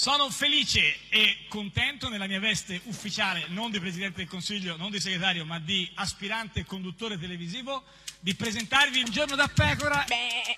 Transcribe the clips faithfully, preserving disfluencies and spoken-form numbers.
Sono felice e contento nella mia veste ufficiale, non di Presidente del Consiglio, non di segretario, ma di aspirante conduttore televisivo, di presentarvi Un giorno da pecora. Beh.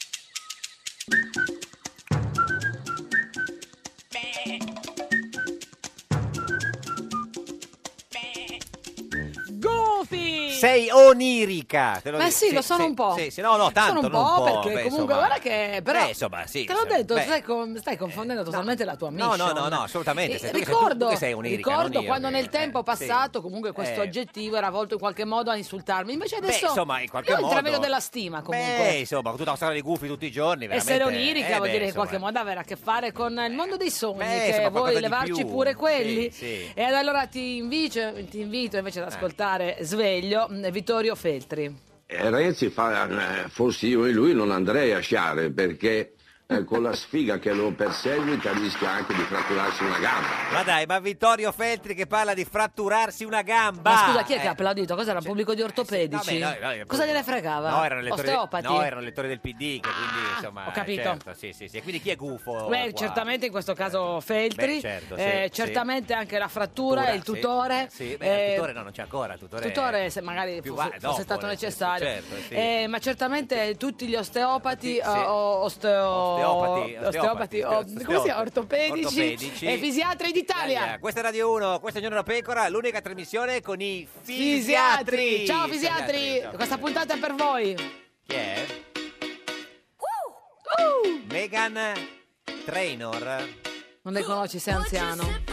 Sei onirica, te lo Ma dico. sì, lo sono sì, un po'. Sì, sì, no, no, tanto, sono un non po', un po', perché beh, comunque insomma, guarda che però beh, insomma, sì, te l'ho detto, beh. stai, con- stai confondendo totalmente la tua No, mission. no, no, no, assolutamente. Eh, sei tu che sei- ricordo tu che sei onirica, ricordo non io, quando che- nel tempo eh, passato sì. comunque questo Eh. aggettivo era volto in qualche modo a insultarmi, invece adesso Beh, insomma, in qualche io modo intravedo della stima comunque. Beh, insomma, con tutta una storia di gufi tutti i giorni, veramente. Essere onirica eh, vuol beh, dire in insomma. qualche modo avere a che fare con il mondo dei sogni, Beh, che insomma, qualcosa vuoi di levarci più. pure quelli. Sì, sì. E allora ti invito, ti invito invece ad ascoltare Sveglio, mh, Vittorio Feltri. Eh, Renzi fa, eh, fossi io e lui non andrei a sciare perché eh, con la sfiga che lo perseguita rischia anche di fratturarsi una gamba. Ma dai, ma Vittorio Feltri che parla di fratturarsi una gamba. Ma scusa, chi è che Eh, ha applaudito? Cos'era un pubblico di ortopedici? vabbè, no, no, Cosa gliene fregava? No, erano lettori, Osteopati? no, erano lettori del P D, che quindi insomma. ho capito. Certo, sì, sì, sì. Quindi chi è gufo? Beh, qua? certamente in questo caso Feltri, Beh, certo, sì, eh, sì. certamente anche la frattura, Tuttora, il tutore. Sì, sì. Beh, eh, il tutore no, non c'è ancora. Il tutore, tutore se magari più fosse, va- fosse dopo, stato nel senso, necessario. certo, sì. Eh, ma certamente tutti gli osteopati, Sì, sì. o- osteo- Osteopati, osteopati, o- osteopati, come si chiama? Ortopedici, ortopedici. e fisiatri d'Italia. Eh, Questa è Radio uno, questa è Giorno da Pecora, l'unica trasmissione con i Fisiatri. fisiatri. Ciao fisiatri, Ciao, questa puntata è per voi. Chi è? Uh. Megan Trainor. Non le conosci, sei anziano.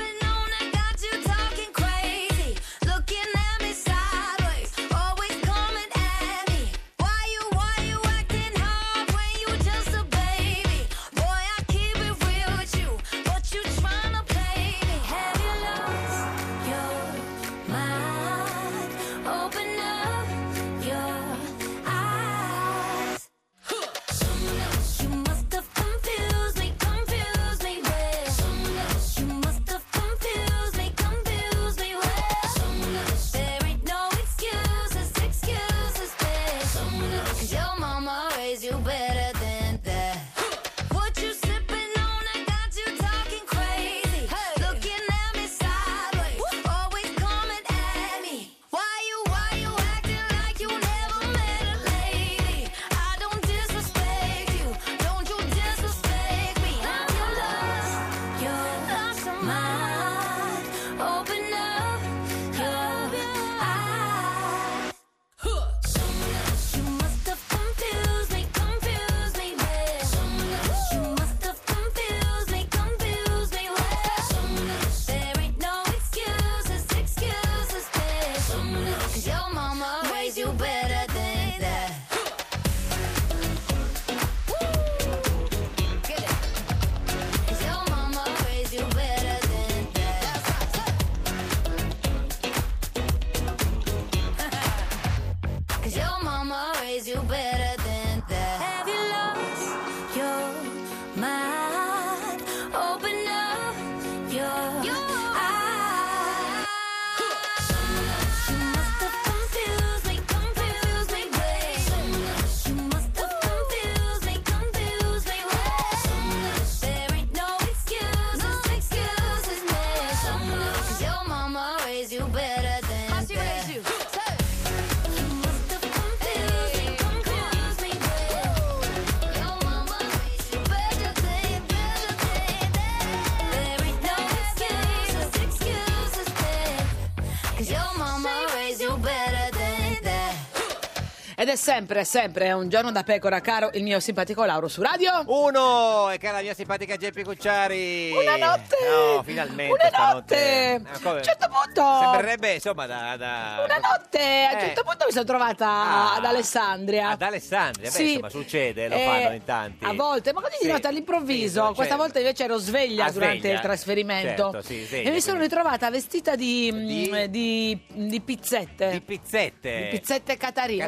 Ed è sempre, sempre un giorno da pecora, caro il mio simpatico Lauro su Radio Uno, e cara la mia simpatica Geppi Cucciari. Una notte! No, finalmente Una stanotte. notte! Eh, come- A un certo punto Sembrerebbe, insomma, da... da... Una notte, a un Eh. certo punto mi sono trovata Ah. ad Alessandria. Ad Alessandria, beh, Sì. insomma, succede, lo Eh, fanno in tanti. A volte, ma così di Sì. notte all'improvviso. Sì, Questa certo. volta invece ero sveglia Ah, durante sveglia. il trasferimento. Certo, sì, sveglia, e mi sono quindi. ritrovata vestita di, Di? mm, di, di pizzette. Di pizzette. Di pizzette catarine, Catar- presente?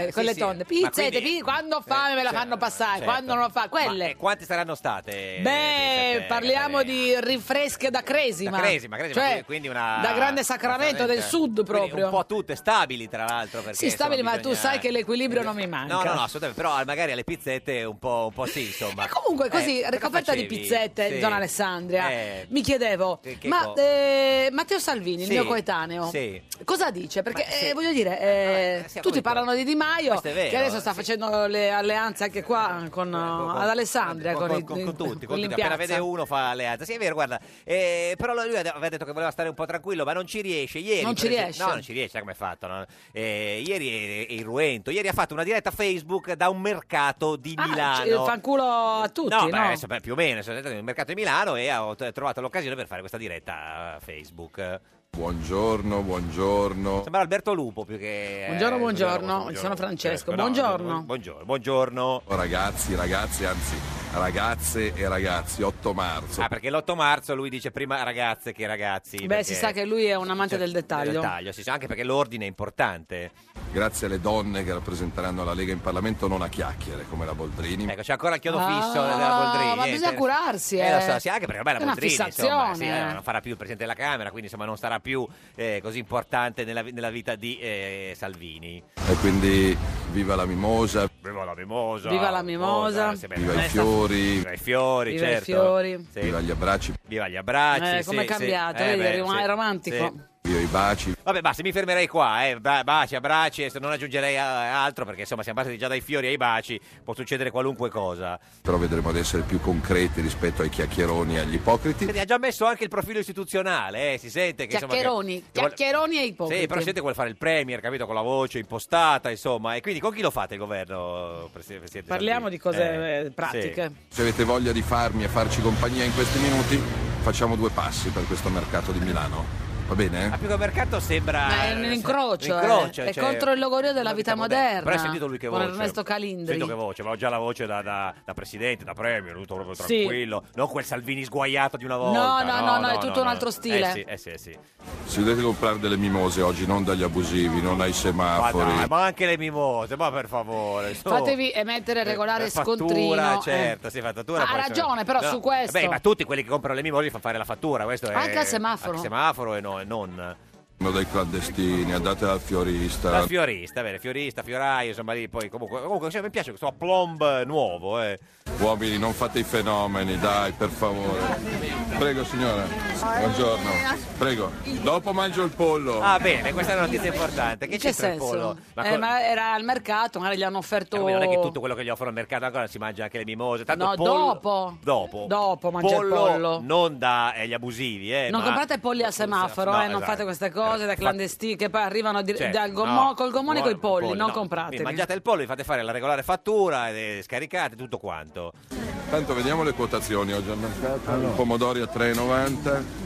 quelle, quelle sì. tonde. Ma Pizzette, quindi- pi- quando ho fame me la cioè, fanno passare, certo. quando non ho fame, quelle. Ma, eh, quante saranno state? Beh, pizzette, parliamo Gazzareni? di rinfresche da Cresima. Da Cresima, Cresima, cioè, quindi- quindi una... da grande Sacramento del Sud Quindi proprio. un po' tutte stabili, tra l'altro. Perché, Sì, stabili, insomma, ma tu bisogna- sai che l'equilibrio non mi manca. No, no, no, assolutamente, però magari alle pizzette un po', un po' sì, insomma. E comunque così, Eh, cosa ricoperta di facevi? pizzette Sì. di Zona Alessandria, Eh, mi chiedevo, che- che ma co- eh, Matteo Salvini, il Sì, mio coetaneo, sì. cosa dice? Perché Ma sì. eh, voglio dire, eh, Eh, sì, tutti appunto. parlano di Di Maio, Questo è vero, che adesso sta sì. facendo le alleanze anche qua con, uh, ad Alessandria, con, i- con, con tutti, quelli con in tutti. Appena piazza. vede uno fa alleanza. Sì, è vero, guarda. Eh, però lui aveva detto che voleva stare un po' tranquillo, ma non ci riesce. Ieri, Non per ci esempio- riesce? No, non ci riesce, come è fatto? no? Eh, ieri è, è irruento. Ieri ha fatto una diretta Facebook da un mercato di Ah, Milano. c- fanculo a tutti, No, no? beh, adesso, beh, più o meno, sono andato nel mercato di Milano e ho t- trovato l'occasione per fare questa diretta a Facebook. Buongiorno, buongiorno. Sembra Alberto Lupo più che... Buongiorno, eh, buongiorno, sono Francesco, buongiorno. bu- buongiorno, buongiorno. Ragazzi, ragazzi, anzi, ragazze e ragazzi, otto marzo. Ah, perché l'otto marzo lui dice prima ragazze che ragazzi. Beh, perché- si sa che lui è un amante Cioè, del dettaglio. sì, sì, anche perché l'ordine è importante. Grazie alle donne che rappresenteranno la Lega in Parlamento, non a chiacchiere come la Boldrini. Ecco, c'è ancora il chiodo Ah, fisso della Boldrini. ma niente. bisogna curarsi, Eh, lo eh. so, sì, anche perché ormai la È una Boldrini insomma, sì, fissazione. eh, non farà più il Presidente della Camera, quindi insomma non sarà più eh, così importante nella, nella vita di eh, Salvini. E quindi viva la mimosa, Viva la mimosa! Viva la mimosa. sì, beh, viva eh, i fiori, Viva i fiori, Viva i certo. fiori. Sì. viva gli abbracci, Viva gli abbracci. Eh, com'è sì, cambiato, sì. vedi, beh, è rom- sì, è romantico. sì. viva i baci. Vabbè, basta, mi fermerei qua, eh. Ba- baci, abbracci, adesso non aggiungerei eh, altro perché insomma siamo passati già dai fiori ai baci, può succedere qualunque cosa. Però vedremo di essere più concreti rispetto ai chiacchieroni e agli ipocriti. Quindi ha già messo anche il profilo istituzionale, eh, si sente che insomma, Chiacchieroni, che- che vuole- chiacchieroni e ipocriti. Sì, però si sente che vuole fare il premier, capito, con la voce impostata, insomma, e quindi con chi lo fate il governo, Presi- Presidente Parliamo Salvini? di cose Eh, eh, pratiche. Se avete voglia di farmi e farci compagnia in questi minuti, facciamo due passi per questo mercato di Milano. Va sì. bene? Ma più che un mercato sembra... Ma è un incrocio, un incrocio, eh. È cioè, contro il logorio della vita moderna. Però hai sentito lui che con voce? Ernesto Calindri. Sento che voce, aveva già la voce da, da, da presidente, da premier, tutto proprio Sì. tranquillo, non quel Salvini sguaiato di una volta. No, no, no, no, è tutto un altro stile. Eh sì, eh sì, eh sì. Si deve comprare delle mimose oggi, non dagli abusivi, non ai Ma, semafori. dai, ma anche le mimose, ma per favore. su. Fatevi emettere regolare Per fattura, scontrino. certo, eh. sì, fattura. Ha può essere- ragione, però, No, su questo. Beh, ma tutti quelli che comprano le mimose gli fanno fare la fattura, questo è... Anche al semaforo. Al semaforo e, no, e non... Uno dei clandestini, andate dal fiorista. Dal fiorista, bene, fiorista, fioraio, insomma lì poi comunque, comunque cioè, mi piace questo plomb nuovo, eh. Uomini, non fate i fenomeni, dai, per favore. Prego, signora. Buongiorno. Prego. Dopo mangio il pollo. Ah, bene, questa è una notizia importante. Che In che c'entra il pollo? senso? Ma Eh, co- ma era al mercato, magari gli hanno offerto. Eh, come non è che tutto quello che gli offrono al mercato ancora si mangia anche le mimose. Tanto No, pollo- dopo. Dopo. Dopo mangia il pollo, pollo. non da eh, gli abusivi, eh. Non ma- comprate polli al semaforo, No, eh, non esatto. fate queste cose da Eh, clandestini che poi arrivano di- Cioè, dal gommo- no, col gommone e coi buono, polli, non no. comprateli. Mangiate il pollo, vi fate fare la regolare fattura, e scaricate tutto quanto. Tanto vediamo le quotazioni oggi al mercato. Pomodori a tre e novanta.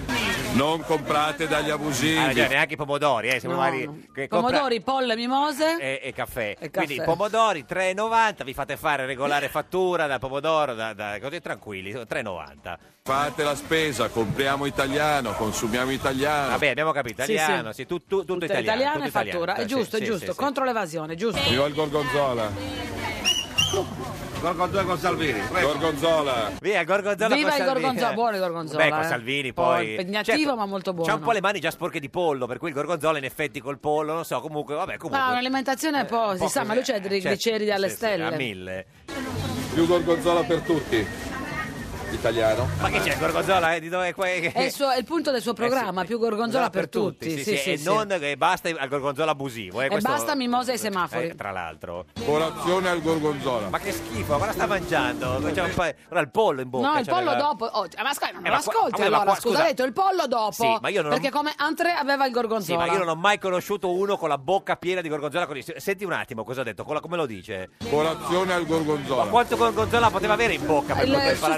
Non comprate dagli Ah, abusivi. già, neanche i pomodori, eh, siamo No, magari no. che compra- Pomodori, polle, mimose. e, e caffè. E Quindi caffè. pomodori tre e novanta, vi fate fare regolare fattura da pomodoro, da, da- così tranquilli, tre e novanta. Fate la spesa, compriamo italiano, consumiamo italiano. Vabbè, abbiamo capito, Sì, italiano, sì. sì, tu- tu- tutto Tutte italiano. italiane tutto e fattura. È Sì, giusto, sì, è giusto. sì, sì. Contro l'evasione, giusto. Viva il gorgonzola. Gorgonzola con Salvini, prego. Gorgonzola. Via, gorgonzola Viva con il Salvini. gorgonzola, buono il gorgonzola, Beh, con eh. Salvini Poi poi... impegnativo, ma molto buono. C'ha un po' le mani già sporche di pollo, per cui il gorgonzola in effetti col pollo, non so, comunque, vabbè, comunque... Ma un'alimentazione un po', un si po' sa, ma così, lui c'è eh, dei certo, gliceridi alle sì, sì, stelle. a mille. Più gorgonzola per tutti. Italiano. Ma che c'è il gorgonzola? Eh, di dove, qua- È il, suo- è il punto del suo programma, Eh sì. più gorgonzola per tutti. Sì, Sì, sì, sì, e sì. non che basta al gorgonzola abusivo. Eh, E questo- basta mimose ai semafori. Eh, tra l'altro. Colazione al gorgonzola. Ma che schifo, ma la sta mangiando? C'è un pa- Ora il pollo in bocca. No, il cioè, pollo la- dopo. Oh, ma scusa, non Eh, lo ma qua- ascolti vabbè, ma allora. qua- Scusa, scusa. ha detto il pollo dopo. Sì, ma io non ho- Perché come Andrea aveva il Sì, gorgonzola. ma io non ho mai conosciuto uno con la bocca piena di gorgonzola così. Senti un attimo cosa ha detto, con la- come lo dice? Colazione al gorgonzola. Ma quanto gorgonzola poteva avere in bocca per Il poter parlare sufficiente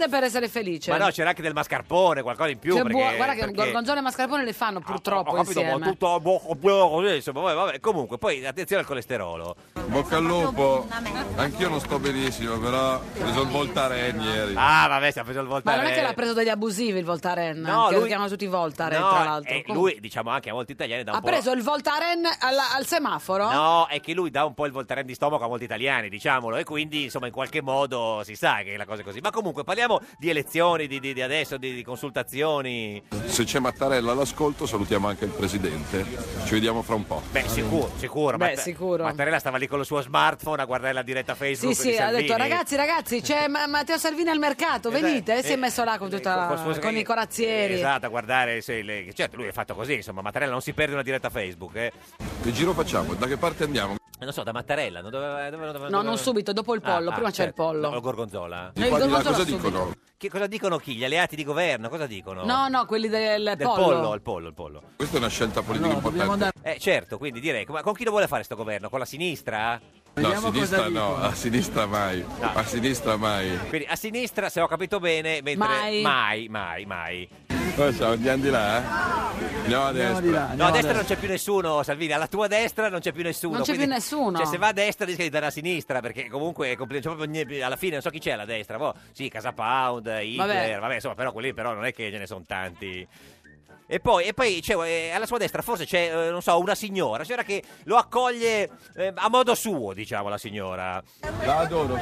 niente per essere felice. Ma no, c'era anche del mascarpone, qualcosa in più. Che perché, buono, guarda che perché... gorgonzola e mascarpone le fanno purtroppo ho capito, insieme. tutto così, insomma, vabbè, vabbè. Comunque, poi attenzione al colesterolo. Bocca al lupo, anch'io non sto benissimo, però ho preso il Voltaren ieri. Ah, vabbè, si ha preso il Ma Voltaren. non è che l'ha preso degli abusivi il Voltaren, No, che lui- lo chiamano tutti Voltaren, No, tra l'altro. e lui, diciamo anche a molti italiani dà un Ha po'... preso il Voltaren alla- al semaforo? No, è che lui dà un po' il Voltaren di stomaco a molti italiani, diciamolo, e quindi, insomma, in qualche modo si sa che la cosa è così. Ma comunque, parliamo di elezioni, di, di- di adesso, di, di consultazioni. Se c'è Mattarella all'ascolto, salutiamo anche il presidente. Ci vediamo fra un po'. Beh, sicuro, sicuro. Beh, Matt- sicuro. Mattarella stava lì con il suo smartphone a guardare la diretta Facebook Sì, di sì, ha Salvini. detto ragazzi, ragazzi, c'è Ma- Matteo Salvini al mercato, venite. E si è Eh, messo là con, tutta, col suo- con i corazzieri. Esatto, a guardare se le- certo, lui è fatto così, insomma, Mattarella non si perde una diretta Facebook, eh. Che giro facciamo? Da che parte andiamo? Non so, da Mattarella, non doveva, doveva- doveva- No, non doveva- subito, dopo il pollo, Ah, prima ah, c'è il certo. pollo. No, il gorgonzola. Di No, qua il di là gorgonzola cosa subito. dicono? Che cosa dicono chi? Gli alleati di governo? Cosa dicono? No, no, quelli del, Del pollo. pollo, il pollo, il pollo. Questa è una scelta politica importante. Eh, certo, quindi direi, ma con chi lo vuole fare sto governo? Con la sinistra? No, a sinistra no, a sinistra mai. No. A sinistra mai. Quindi a sinistra, se ho capito bene, mentre... Mai. Mai, mai, mai. Cosa, andiamo di là? Eh? Andiamo a destra. No, a destra non c'è più nessuno, Salvini. Alla tua destra non c'è più nessuno. Non c'è quindi- più nessuno. Cioè, se va a destra rischia di dare a sinistra, perché comunque è compl- c'è proprio niente- alla fine non so chi c'è alla destra. Boh, sì, Casa Pound, Hitler, Vabbè. vabbè. insomma, però quelli però non è che ce ne sono tanti. E poi, e poi c'è, eh, alla sua destra forse c'è, eh, non so, una signora, signora che lo accoglie eh, a modo suo, diciamo, la signora. La adoro,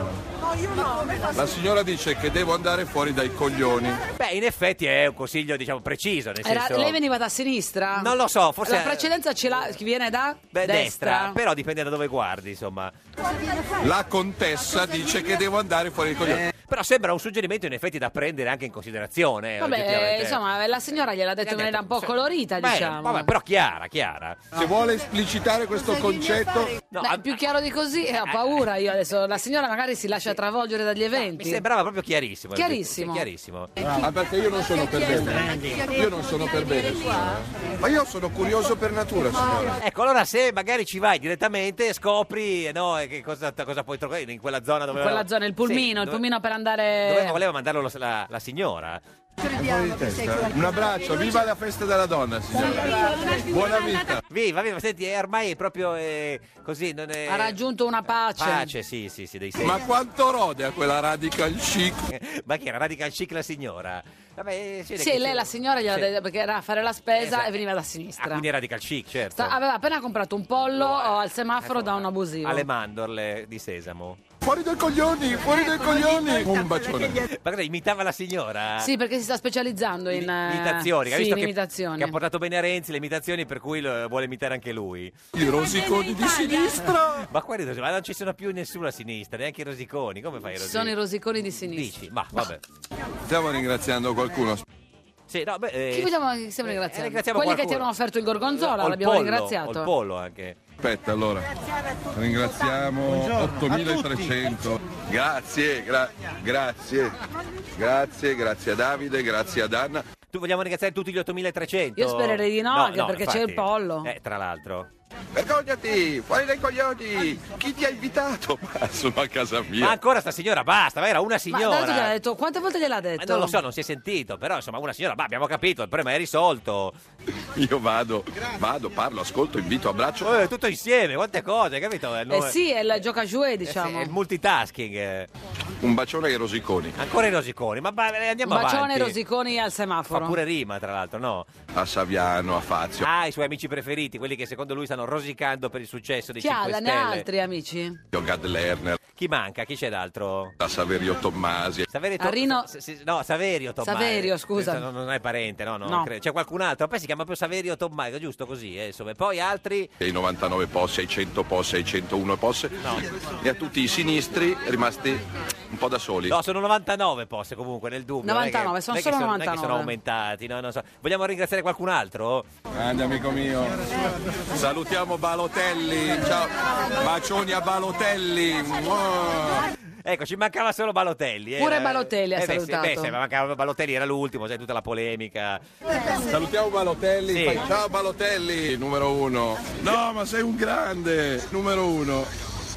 signora. La signora dice che devo andare fuori dai coglioni. Beh, in effetti è un consiglio, diciamo, preciso, nel Era- senso... lei veniva da sinistra? Non lo so, forse... La precedenza ce l'ha, chi viene da Beh, destra. destra. Però dipende da dove guardi, insomma. La contessa dice che devo andare fuori dai coglioni. Però sembra un suggerimento in effetti da prendere anche in considerazione. Vabbè, oggettivamente. insomma, la signora gliel'ha detto in maniera un po' Sì. colorita, Beh, diciamo. vabbè, però chiara, chiara. Se vuole esplicitare questo concetto, No, Beh, a- più chiaro di così, eh, ho paura io adesso. La signora magari si lascia travolgere dagli mi eventi. sembrava proprio chiarissimo. Chiarissimo. Sì, chiarissimo. ah, perché io non sono per bene. Io non sono per bene, signora. Ma io sono curioso per natura, signora. Ecco, allora se magari ci vai direttamente scopri, no, che cosa, cosa puoi trovare in quella zona dove... In quella zona, il pulmino, il dove- pulmino per andare... Dove voleva mandarlo la, la- la signora. Un abbraccio, viva la festa della donna, signora. Buona vita. Viva, viva, senti, è ormai proprio eh, così, non è... Ha raggiunto una pace. Pace, sì, sì, sì, dei segni. Ma quanto rode a quella radical chic? Ma chi era radical chic la signora? Vabbè, si vede Sì, che- lei la signora gliel'ha Sì. detto perché era a fare la spesa Esatto. e veniva da Ah, sinistra. quindi è radical chic, certo. Sta- aveva appena comprato un pollo al semaforo da un abusivo. Alle mandorle di sesamo. Fuori dai coglioni, fuori dai coglioni. Un bacione. Ma cosa, imitava la signora? Sì, perché si sta specializzando in eh, imitazioni. Ha sì, visto in che, imitazioni. che ha portato bene a Renzi le imitazioni, per cui lo vuole imitare anche lui. I rosiconi di sinistra. Ma qua ma non ci sono più nessuno a sinistra, neanche i rosiconi. Come fai a Ci sono i rosiconi di sinistra. Dici? Ma vabbè. Stiamo ringraziando qualcuno. Sì, no, beh, eh, Chi vogliamo che stiamo eh, ringraziando? ringraziamo Quelli che ti qualcuno. hanno offerto il gorgonzola, o il l'abbiamo pollo, ringraziato. o il pollo anche. Aspetta, allora. Ringraziamo ottomilatrecento. Grazie, gra- grazie. Grazie, grazie a Davide, grazie ad Anna. Tu vogliamo ringraziare tutti gli ottomilatrecento? Io spererei di no, anche perché c'è il pollo. Eh, tra l'altro. Vergognati, fuori dai coglioni. Chi ti ha invitato? Ma sono a casa mia. Ma ancora sta signora, basta, ma era una Ma signora. tanto gliel'ha detto, quante volte gliel'ha Ma detto? non lo so, non si è sentito, però insomma una signora, bah, abbiamo capito, il problema è risolto. Io vado, vado, parlo, ascolto, invito, abbraccio. Eh, tutto insieme, quante cose, capito? È il Eh nuovo- sì, è il gioca a jouet, eh sì, diciamo. è il multitasking. eh. Un bacione ai rosiconi. Ancora i rosiconi, ma ba- Un andiamo bacione avanti. ai rosiconi al Fa semaforo. pure rima, tra l'altro, no? A Saviano, a Fazio. Ah, i suoi amici preferiti, quelli che secondo lui stanno rosicando per il successo dei Chi ha? cinque Ne ha Stelle. altri amici? Gad Lerner, Chi manca? Chi c'è d'altro? a Saverio Tommasi. Saverio Arrino- S- s- no, Saverio Tommai. Saverio, scusa. Non, non è parente, no, no, No. non credo. C'è qualcun altro? Poi si chiama proprio Saverio Tommai, giusto così, eh, insomma. E poi altri... E i novantanove posse, i cento posse, i centouno posse. E a tutti i sinistri rimasti un po' da soli. No, sono novantanove posse comunque nel dubbio. non è che- novantanove, sono non è che solo non è che sono novantanove. aumentati, no, non so. Vogliamo ringraziare qualcun altro? Grande amico mio. Salutiamo Balotelli. Ciao. Bacioni a Balotelli. Mua. Ecco, ci mancava solo Balotelli. eh. Pure Balotelli ha eh, beh, salutato. Beh, se mancava Balotelli, era l'ultimo, sai, tutta la polemica. Salutiamo Balotelli. Sì. Fai- Ciao Balotelli, numero uno. No, ma sei un grande, numero uno.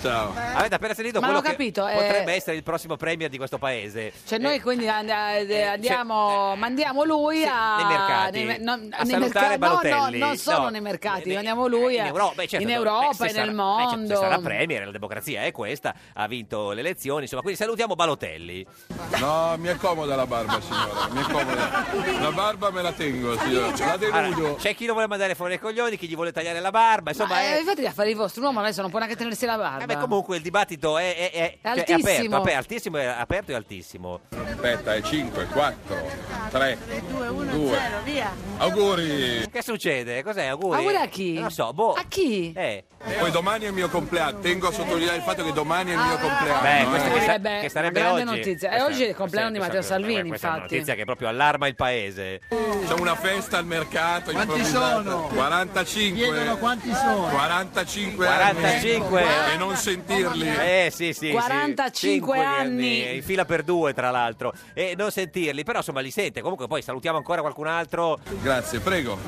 Ciao. Avete appena sentito Ma quello l'ho capito, che eh. potrebbe essere il prossimo premier di questo paese. Cioè noi Eh, quindi and- eh, andiamo, cioè, mandiamo lui sì, a, nei mercati, nei- non- a nei salutare mercati- no, Balotelli. no, non solo No, nei mercati, eh, mandiamo lui in a- Europa, beh, certo, in beh, Europa se e sarà- nel beh, certo, mondo. se sarà premier, la democrazia è questa, ha vinto le elezioni, insomma, quindi salutiamo Balotelli. No, mi è comoda la barba, signora. Mi è comoda. La barba me la tengo, signora. La denudo. Allora, c'è chi lo vuole mandare fuori i coglioni, chi gli vuole tagliare la barba, insomma, Ma, eh, è... fate gli affari vostri, un uomo adesso non può neanche tenersi la barba. Eh beh, comunque il dibattito è, è, è, È cioè, è altissimo. aperto, aperto, altissimo, è aperto e altissimo. Aspetta, è cinque, quattro, tre, due. via. Auguri. Che succede? Cos'è? Auguri? Auguri a chi? Non lo so, boh. A chi? Eh. Poi domani è il mio compleanno. Tengo a sottolineare il fatto che domani è il mio compleanno. Beh, eh. questa che, sa- Eh beh, che sarebbe grande oggi. notizia. E Questa- oggi è il compleanno sì, di questa- Matteo Salvini, questa è una infatti. notizia che proprio allarma il paese. C'è una festa al mercato. Quanti improvvisata. sono? quarantacinque. Chiedono quanti sono. quarantacinque quarantacinque. anni. E non sentirli. Eh sì sì quarantacinque sì. Cinque anni. in fila per due tra l'altro e non sentirli, però insomma li sente. Comunque poi salutiamo ancora qualcun altro. Grazie, prego.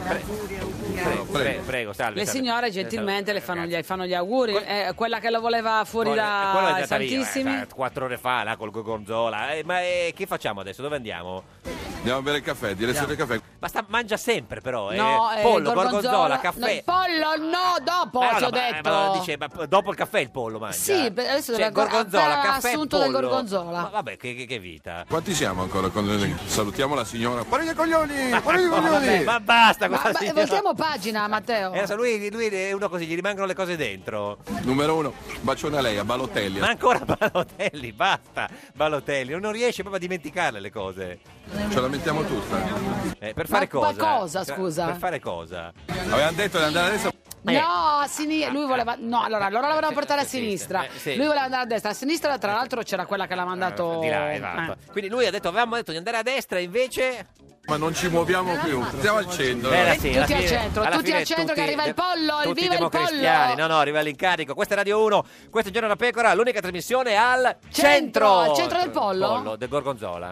Prego, prego, prego, salve, Le salve. signore Eh, gentilmente le fanno, grazie. gli, fanno gli auguri. Eh, quella che lo voleva fuori Quello- quello è da andata via, Santissimi. eh, quattro ore fa là col Gorgonzola. Eh, ma eh, che facciamo adesso? Dove andiamo? Andiamo a bere il caffè, direzione del caffè. Ma sta, mangia sempre però. No, eh, eh, pollo, gorgonzola, gorgonzola, no, caffè. il pollo no, dopo Ma no, ti ho ma- detto. ma dice, ma dopo il caffè il pollo mangia? Sì, beh, adesso Cioè, deve ancora- gorgonzola, appena caffè e assunto del pollo. gorgonzola. Ma vabbè, che, che- che vita. Quanti siamo ancora? Con... Salutiamo la signora. Fuori dai coglioni! Fuori dai Ma, vabbè, coglioni! ma basta Ma, questa ma signora. voltiamo pagina, Matteo. Eh, lo so, lui, lui è uno così, gli rimangono le cose dentro. Numero uno, bacione a lei, a Balotelli. Ma ancora Balotelli, basta Balotelli, non riesce proprio a dimenticarle le cose. Ce la mettiamo tutta. Eh, per fare Ma- ma cosa? cosa, scusa? Per fare cosa? Avevano detto di andare adesso. Eh. No, a sinistra. Lui voleva. No, allora, allora la volevano Sì, portare a sì, sinistra. sì, sì. Lui voleva andare a destra. A sinistra, tra l'altro, c'era quella che l'ha mandato. Di là, esatto. Eh. Quindi lui ha detto, avevamo detto di andare a destra, invece... Ma non ci muoviamo più. Stiamo al centro. Eh, Tutti alla al fine- centro, alla tutti fine al centro che tutti- arriva il pollo, il tutti viva il democristiani. pollo. No, no, arriva l'incarico. Questa è Radio uno, questo è Giorno da Pecora, l'unica trasmissione al Centro, centro. al centro del pollo? Pollo, del Gorgonzola.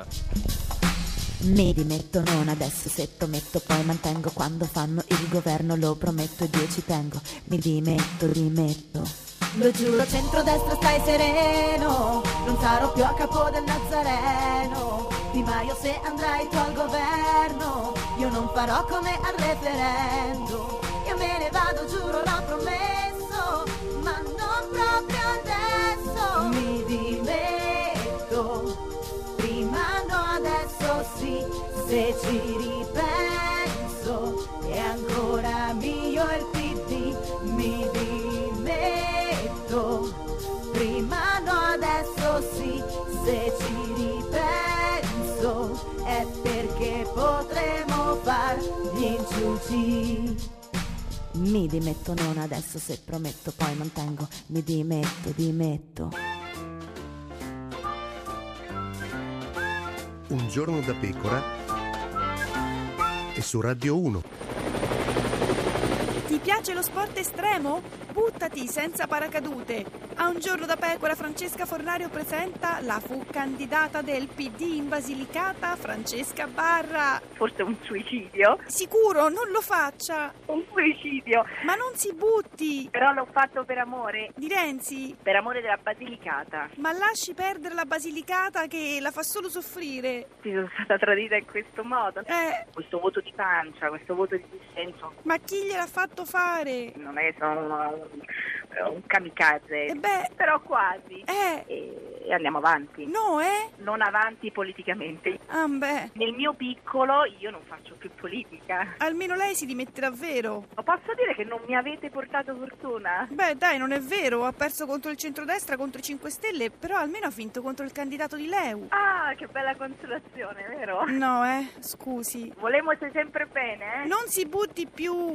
Mi dimetto non adesso se prometto poi mantengo quando fanno il governo lo prometto e Dio ci tengo mi dimetto dimetto lo giuro centrodestra stai sereno non sarò più a capo del Nazareno Di Maio se andrai tu al governo io non farò come al referendum io me ne vado giuro l'ho promesso ma non proprio adesso mi dimetto prima no adesso sì se ci ripenso è ancora mio il P D mi dimetto prima no adesso sì se ci ripenso è perché potremo far gli inciuci mi dimetto non adesso se prometto poi mantengo mi dimetto dimetto Un giorno da pecora e su Radio uno. Ti piace lo sport estremo? Buttati senza paracadute. A Un giorno da pecora Francesca Fornario presenta la fu candidata del P D in Basilicata, Francesca Barra. Forse un suicidio? Sicuro, non lo faccia. Un suicidio? Ma non si butti. Però l'ho fatto per amore. Di Renzi? Per amore della Basilicata. Ma lasci perdere la Basilicata che la fa solo soffrire. Ti sono stata tradita in questo modo. Eh. Questo voto di pancia, questo voto di dissenso. Ma chi gliel'ha fatto fare? Non è che sono un, un kamikaze. E beh. Però quasi. Eh. E, e andiamo avanti. No, eh? Non avanti politicamente. Ah, beh. Nel mio piccolo io non faccio più politica. Almeno lei si dimette davvero. Ma posso dire che non mi avete portato fortuna? Beh, dai, non è vero. Ha perso contro il centrodestra, contro i cinque Stelle, però almeno ha vinto contro il candidato di Leu. Ah, che bella consolazione, vero? No, eh, scusi. Volemo se sempre bene, eh? Non si butti più.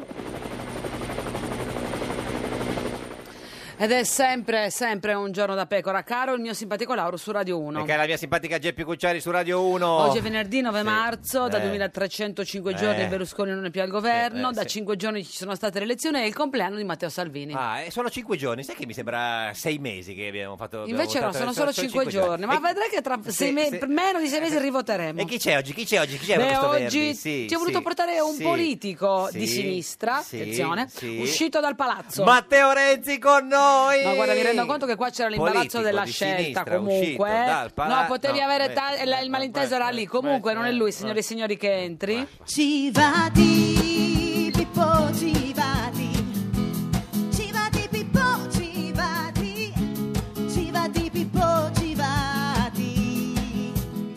Ed è sempre, sempre un giorno da pecora, caro il mio simpatico Lauro su Radio uno. E cara la mia simpatica Geppi Cucciari su Radio uno. Oggi è venerdì nove Sì. marzo, da Eh. duemilatrecentocinque Eh. giorni Berlusconi non è più al governo, Sì, eh, da sì. cinque giorni ci sono state le elezioni e il compleanno di Matteo Salvini. Ah, e sono cinque giorni, sai che mi sembra sei mesi che abbiamo fatto. abbiamo Invece no, votato- sono solo cinque giorni, ma E- vedrai che tra sì, sei me- sì. meno di sei mesi rivoteremo. E chi c'è oggi? Chi c'è oggi? Chi c'è Beh, questo oggi venerdì? Sì, ti ho voluto sì, portare un sì, politico sì, di sinistra, sì, attenzione, sì. uscito dal palazzo. Matteo Renzi con noi! poi... No, guarda, mi rendo conto che qua c'era l'imbarazzo Politico, della di scelta, sinistra, comunque. uscito dal pala- No, potevi no, avere eh, ta- il, il malinteso era lì. Comunque non è lui, signori e signori, che entri. Civati, Pippo Civati, Civati, Pippo Civati, Civati, Pippo Civati,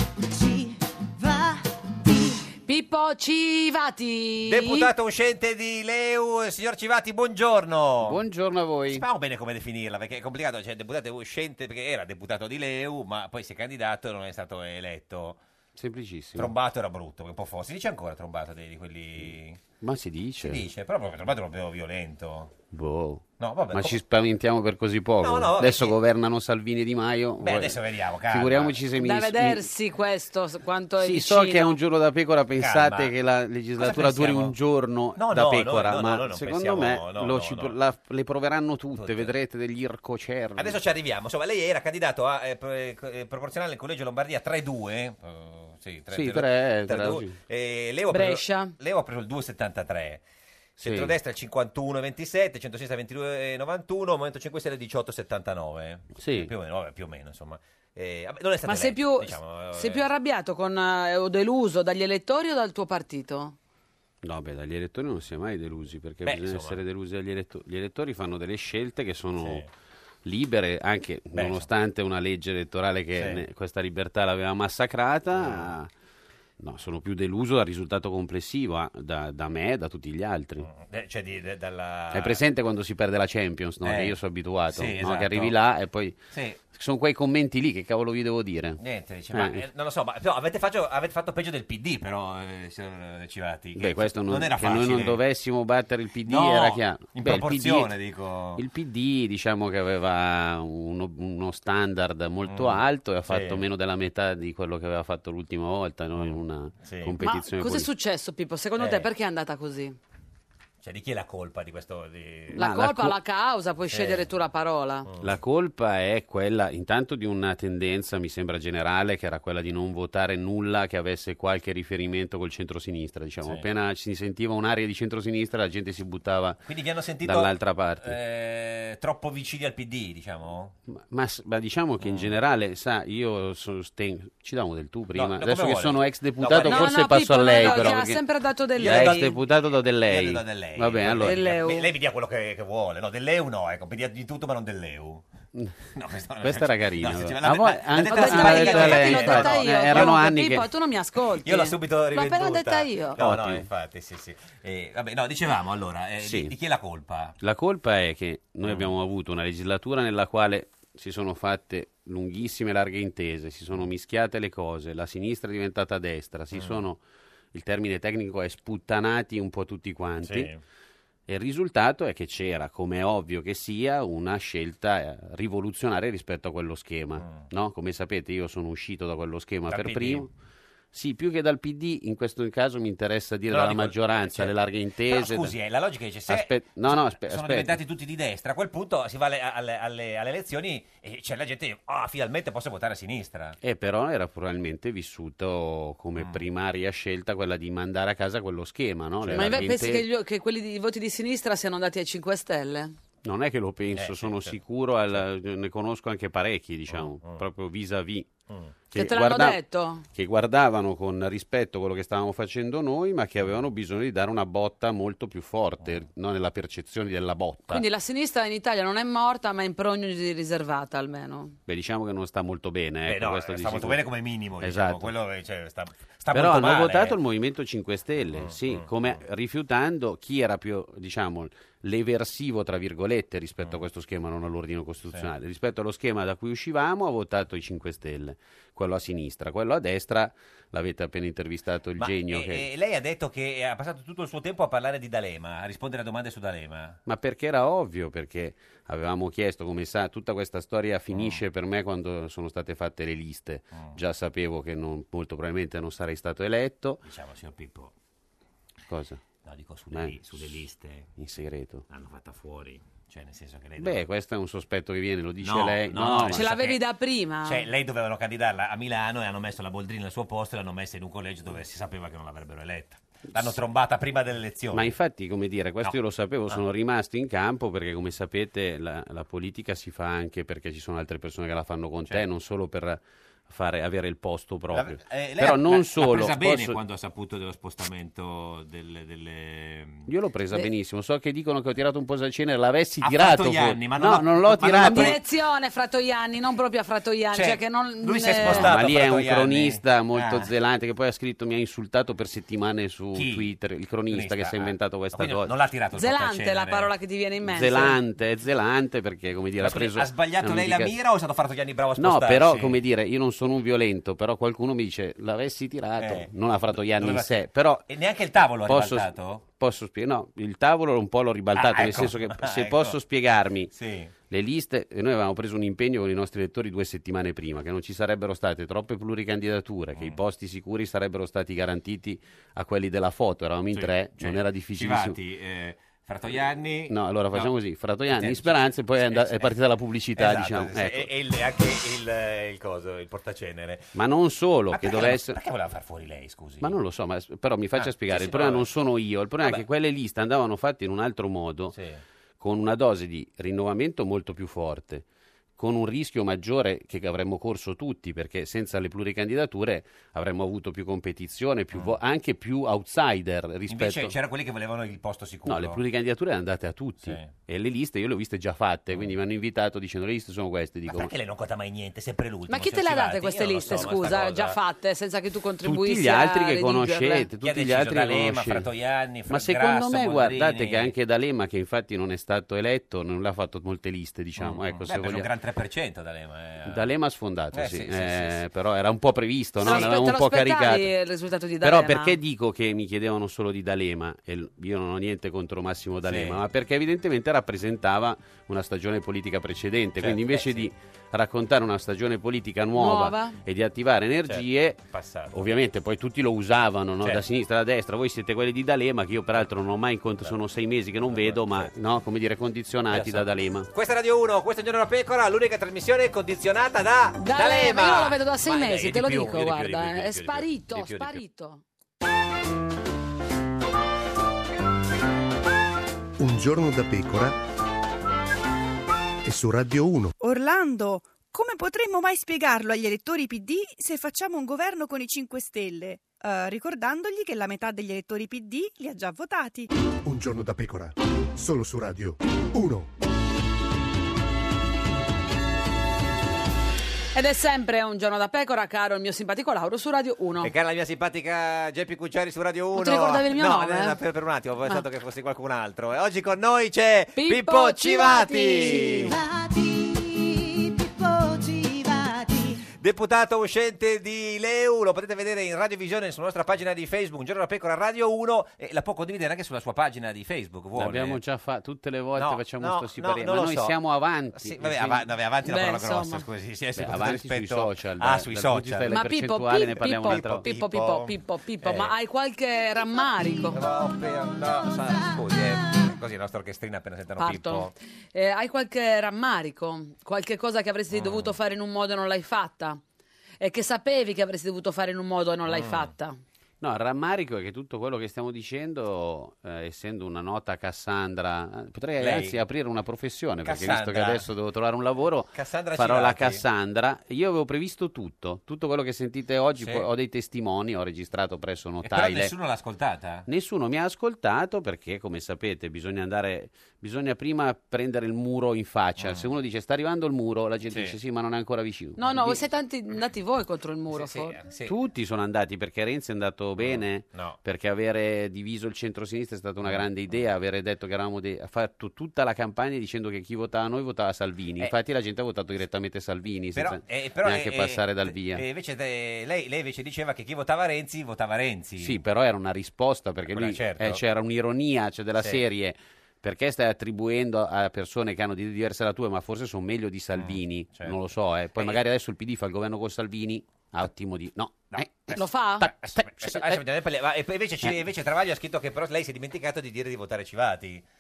Civati. Pippo Civati. Deputato uscente di Leu, signor Civati, buongiorno. Buongiorno a voi. Sappiamo bene come definirla, perché è complicato, cioè deputato uscente perché era deputato di Leu, ma poi si è candidato e non è stato eletto. Semplicissimo. Trombato era brutto, un po' forte. Si dice ancora Trombato di, di quelli... Ma si dice. Si dice, però proprio Trombato è proprio violento. Boh. No, vabbè, Ma com- ci spaventiamo per così poco. No, no, adesso perché- governano Salvini e Di Maio. Beh, adesso vediamo, calma. Figuriamoci se mi... Da mi- vedersi questo, s- quanto è Sì, vicino. so che è un giorno da pecora, pensate Calma. che la legislatura Cosa duri pensiamo? un giorno No, da no, pecora, no, no, ma no, no, non secondo pensiamo- me no, lo no, ci- no. la- le proveranno tutte, vedrete degli ircocervi. Adesso ci arriviamo. Insomma, lei era candidato a eh, pre- eh, proporzionale nel collegio Lombardia tre due. eh, sì, tre, Sì, tre- tre, tre tre, due. sì. E Leo ha preso- Brescia. Leo ha preso il due virgola settantatré. Sì. Centrodestra il cinquantuno virgola ventisette, centrosinistra ventidue virgola novantuno, Movimento cinque Stelle diciotto virgola settantanove. Sì. Più o meno, vabbè, più o meno, insomma. Eh, vabbè, non è stato Ma sei eletto, più, diciamo, sei eh, più arrabbiato con, eh, o deluso dagli elettori o dal tuo partito? No, beh, dagli elettori non si è mai delusi, perché Beh, bisogna insomma. essere delusi dagli elettori. Gli elettori fanno delle scelte che sono Sì. libere, anche Beh, nonostante una legge elettorale che Sì. ne- questa libertà l'aveva massacrata. No, sono più deluso dal risultato complessivo, ah, da, da me e da tutti gli altri. eh, cioè di- de- dalla... Hai presente quando si perde la Champions, no? Eh. Che io sono abituato, Sì, no? esatto. Che arrivi là e poi... Sì. Sono quei commenti lì, che cavolo vi devo dire? Niente, dice, Eh. ma, eh, non lo so, ma però avete, fatto, avete fatto peggio del P D, però, eh, signor Civati. che Beh, questo non, era che facile. noi non dovessimo battere il P D No, era chiaro. in Beh, il proporzione, P D, dico. Il P D, diciamo che aveva uno, uno standard molto Mm, alto e ha sì. fatto meno della metà di quello che aveva fatto l'ultima volta, no? In una Sì. Ma competizione cos'è politica. successo, Pippo? Secondo Eh. te perché è andata così? Cioè, di chi è la colpa di questo? Di... La Ma la colpa, co- la causa, puoi Sì. scegliere tu la parola. La colpa è quella, intanto, di una tendenza, mi sembra generale, che era quella di non votare nulla che avesse qualche riferimento col centrosinistra. Diciamo, Sì. appena ci sentiva un'area di centrosinistra, la gente si buttava Quindi vi hanno sentito dall'altra parte. eh, troppo vicini al P D, diciamo? Ma, ma s- ma diciamo che in generale, sa, io sostengo. Ci diamo del tu prima. no, come Adesso che vuole. sono ex No, deputato, guarda- forse No, no, passo Pippo, a lei. no, no, però, ti ha perché sempre dato del da lei. ex deputato do del Io lei. le do del lei. Va bene, allora. Del Leu. Lei, lei mi dia quello che, che vuole. No, dell'Eu no, ecco, mi dia di tutto, ma non dell'Eu. No, questo- Questa era carina. No, sì, però. l'ha- A voi- l'ha- l'ha anche- detta L'ho detta l'ha io, detta infatti lei, l'ho infatti. detta io. Eh, erano Comunque, anni Pippo, che... tu non mi ascolti. Io l'ho subito L'ho rivenduta. appena detta io. No, no, Ottimo. infatti, sì, sì. Eh, vabbè, no, dicevamo allora, eh, Sì. di, di chi è la colpa? La colpa è che noi Mm. abbiamo avuto una legislatura nella quale si sono fatte lunghissime larghe intese, si sono mischiate le cose, la sinistra è diventata destra, si Mm. sono, il termine tecnico è sputtanati un po' tutti quanti. Sì. E il risultato è che c'era, come è ovvio che sia, una scelta eh, rivoluzionaria rispetto a quello schema. Mm. No? Come sapete, io sono uscito da quello schema Dal per P D. primo. Sì, più che dal P D, in questo caso mi interessa dire No, dalla dico- maggioranza, certo. le larghe intese. Però, scusi, eh, la logica dice, se Aspe- no, no, aspe- sono aspetta. diventati tutti di destra, a quel punto si va alle, alle- alle- alle elezioni e c'è la gente, ah, finalmente posso votare a sinistra. E però era probabilmente vissuto come Mm. primaria scelta quella di mandare a casa quello schema, no? Le Ma larghe invece pensi intese- che, gli- che quelli di i voti di sinistra siano andati ai cinque Stelle? Non è che lo penso, Eh, sì, sono certo. sicuro, al- ne conosco anche parecchi, diciamo, Mm, mm. proprio vis-à-vis. Mm. Che te l'hanno detto? Che guardavano con rispetto quello che stavamo facendo noi, ma che avevano bisogno di dare una botta molto più forte, no? Nella percezione della botta. Quindi la sinistra in Italia non è morta, ma è in prognosi riservata almeno. Beh, diciamo che non sta molto bene. Beh, ecco, no, questo sta di molto sicuro. bene come minimo, diciamo. Esatto. Quello, eh, cioè, sta, sta Però molto hanno male. votato il Movimento cinque Stelle, Mm, sì, mm, come rifiutando chi era più, diciamo, l'eversivo, tra virgolette, rispetto a questo schema, non all'ordine costituzionale. Sì. Rispetto allo schema da cui uscivamo ha votato i cinque Stelle, quello a sinistra. Quello a destra, l'avete appena intervistato il Ma, genio. eh, che... eh, lei ha detto che ha passato tutto il suo tempo a parlare di D'Alema, a rispondere a domande su D'Alema. Ma perché era ovvio, perché avevamo chiesto, come sa, tutta questa storia finisce per me quando sono state fatte le liste. Mm. Già sapevo che non- molto probabilmente non sarei stato eletto. Diciamo, signor Pippo, Cosa? no, dico sulle, Eh, li- sulle liste In segreto. l'hanno fatta fuori, cioè nel senso che lei... Beh, doveva- questo è un sospetto che viene, lo dice No, lei. no, ma Ce sa l'avevi che- da prima? Cioè, lei dovevano candidarla a Milano e hanno messo la Boldrini al suo posto e l'hanno messa in un collegio dove si sapeva che non l'avrebbero eletta. l'hanno trombata prima delle elezioni. Ma infatti, come dire, questo No. io lo sapevo, No. sono rimasto in campo perché, come sapete, la, la politica si fa anche perché ci sono altre persone che la fanno con te, non solo per fare, avere il posto proprio. La- eh, lei Però l'ha- non l'ha solo. presa bene posso- quando ha saputo dello spostamento delle... delle... Io l'ho presa Le- benissimo, so che dicono che ho tirato un po' da cenere, l'avessi A tirato. Fratoianni, for- ma non no, l'ho- non l'ho ma non l'ha tirato. Direzione Fratoianni, non proprio a Fratoianni. Cioè, Cioè, che non, lui si è eh, spostato. Ma lì è un Fratoianni. cronista molto Ah. zelante che poi ha scritto, mi ha insultato per settimane su Chi? Twitter, il cronista, Cronista, che si è ah. inventato questa Quindi cosa. non l'ha tirato il Zelante è portacenere. la parola che ti viene in mente. Zelante, è zelante perché, come dire, Ma ha scusi, preso... ha sbagliato una lei la indicazione- mira o è stato Fratoianni bravo a No, spostarsi? però, come dire, io non sono un violento, però qualcuno mi dice, l'avessi tirato, Eh. non ha Fratoianni in Doveva- sé, però... E neanche il tavolo ha Posso, ribaltato? posso spiegare? No, il tavolo un po' l'ho ribaltato, Ah, nel ecco. senso che Ah, se ecco. posso spiegarmi, Sì. le liste, e noi avevamo preso un impegno con i nostri elettori due settimane prima, che non ci sarebbero state troppe pluricandidature, che i Mm. posti sicuri sarebbero stati garantiti a quelli della foto, eravamo in Sì, tre, cioè, non era difficilissimo. Civati, eh, Fratoianni... No, allora facciamo No. così, Fratoianni, Sì, Speranza e poi è, and- è partita la pubblicità, Esatto, diciamo. sì, ecco. e, e il- anche il, il coso, il portacenere. Ma non solo, Ma che perché, doveva voleva- essere... perché voleva far fuori lei, scusi? Ma non lo so, ma, però mi faccia Ah, spiegare. sì, il sì, problema no, non sono io, il problema è Vabbè. che quelle liste andavano fatte in un altro modo, Sì. con una dose di rinnovamento molto più forte, con un rischio maggiore che avremmo corso tutti, perché senza le pluricandidature avremmo avuto più competizione, più vo- anche più outsider rispetto... Mm. Invece c'erano quelli che volevano il posto sicuro. No, le pluricandidature erano andate a tutti. Sì. E le liste io le ho viste già fatte, quindi mi hanno invitato dicendo le liste sono queste. Ma Dico, perché lei non conta mai niente, sempre l'ultimo? Ma chi te signor le ha date Civati? queste Io non lo liste, so, ma sta scusa, cosa- già fatte, senza che tu contribuissi tutti gli altri a che redigerle? conoscete, Chi ha tutti gli deciso? altri che D'Alema, conoscete. Fratoianni, Ma Fra- secondo Grasso, me, Boldrini. guardate che anche D'Alema, che infatti non è stato eletto, non l'ha fatto molte liste, diciamo. Mm, Ecco, beh, se ha preso vogliamo- un gran tre per cento D'Alema. eh. D'Alema ha sfondato, Eh, sì, sì, sì, eh, sì, sì. però era un po' previsto, no? Te lo L'avevamo un po' aspettavi caricato. il risultato di Però D'Alema? perché dico che mi chiedevano solo di D'Alema? E l- io non ho niente contro Massimo D'Alema, Sì. ma perché evidentemente rappresentava una stagione politica precedente. Certo, quindi invece eh, sì. di raccontare una stagione politica nuova, Nuova. e di attivare energie, Certo, passato. ovviamente poi tutti lo usavano, no? Certo. Da sinistra e da destra. Voi siete quelli di D'Alema, che io peraltro non ho mai incontrato, sono sei mesi che non vedo, ma no, come dire, condizionati da D'Alema. Questa è Radio uno, questo è Giorno da Pecora, l'unica trasmissione condizionata da D'Alema, D'Alema. io non lo vedo da sei Ma, eh, mesi, di te lo più, dico, di più, guarda, di più, di più, è di più, sparito, di più, di più. sparito. Un giorno da pecora e su Radio uno. Orlando, come potremmo mai spiegarlo agli elettori P D se facciamo un governo con i cinque Stelle? Eh, ricordandogli che la metà degli elettori P D li ha già votati. Un giorno da pecora, solo su Radio uno. Ed è sempre un giorno da pecora, caro il mio simpatico Lauro su Radio uno. E cara la mia simpatica Geppi Cucciari su Radio uno. ti ricordavi il mio no, nome? eh, per, per un attimo ho pensato Ah. che fosse qualcun altro. E oggi con noi c'è Pippo Pippo Civati. Civati. Pippo Civati. Deputato uscente di Leu, lo potete vedere in radiovisione sulla nostra pagina di Facebook, Un giorno da pecora Radio uno, e la può condividere anche sulla sua pagina di Facebook. Vuole? L'abbiamo già fatto tutte le volte, No, facciamo no, sto si no, parere, non ma lo noi so. siamo avanti. Sì, vabbè, Quindi- ava- vabbè, avanti è una Beh, parola grossa, insomma. scusi. Sì, sì, Beh, soprattutto avanti sui rispetto- social, Ah, dai, sui dal punto di vista social. delle Ma Pippo, percentuali Pippo, ne parliamo Pippo, un'altra Pippo, volta. Pippo, Pippo, Pippo, Eh. ma hai qualche rammarico? No, per- no, sa- scusi, eh, così la nostra orchestrina appena sentono Partono. Pippo. Eh, hai qualche rammarico? Qualche cosa che avresti Mm. dovuto fare in un modo e non l'hai fatta? E che sapevi che avresti dovuto fare in un modo e non l'hai Mm. fatta? No, il rammarico è che tutto quello che stiamo dicendo, eh, essendo una nota Cassandra, eh, potrei Lei? anzi aprire una professione, perché visto che Cassandra? adesso devo trovare un lavoro, Cassandra farò la Civati. Cassandra. Io avevo previsto tutto, tutto quello che sentite oggi, Sì. poi ho dei testimoni, ho registrato presso E però Notaile. nessuno l'ha ascoltata? Nessuno mi ha ascoltato perché, come sapete, bisogna andare, bisogna prima prendere il muro in faccia. Se uno dice sta arrivando il muro, la gente Mm. Sì. dice sì, ma non è ancora vicino. No, no, Quindi voi siete tanti- andati voi contro il muro, Sì, forse. sì. Tutti sono andati perché Renzi è andato bene, No. perché avere diviso il centro-sinistra è stata una grande idea, avere detto che eravamo dei, ha fatto tutta la campagna dicendo che chi votava noi votava Salvini. Eh. Infatti la gente ha votato direttamente Salvini Però, senza eh, però, neanche eh, passare eh, dal via. eh, invece eh, lei, lei invece diceva che chi votava Renzi votava Renzi. Sì, però era una risposta perché Quella, lui certo. eh, c'era un'ironia, cioè della Sì. serie. Perché stai attribuendo a persone che hanno idee diverse da tue, ma forse sono meglio di Salvini? certo. Non lo so, eh. Poi Eh. magari adesso il P D fa il governo con Salvini. Ottimo di. No, eh, eh. Lo fa? Adesso- adesso- adesso vediamo, ma, e poi invece, ci- Eh. invece Travaglio ha scritto che però lei si è dimenticato di dire di votare Civati.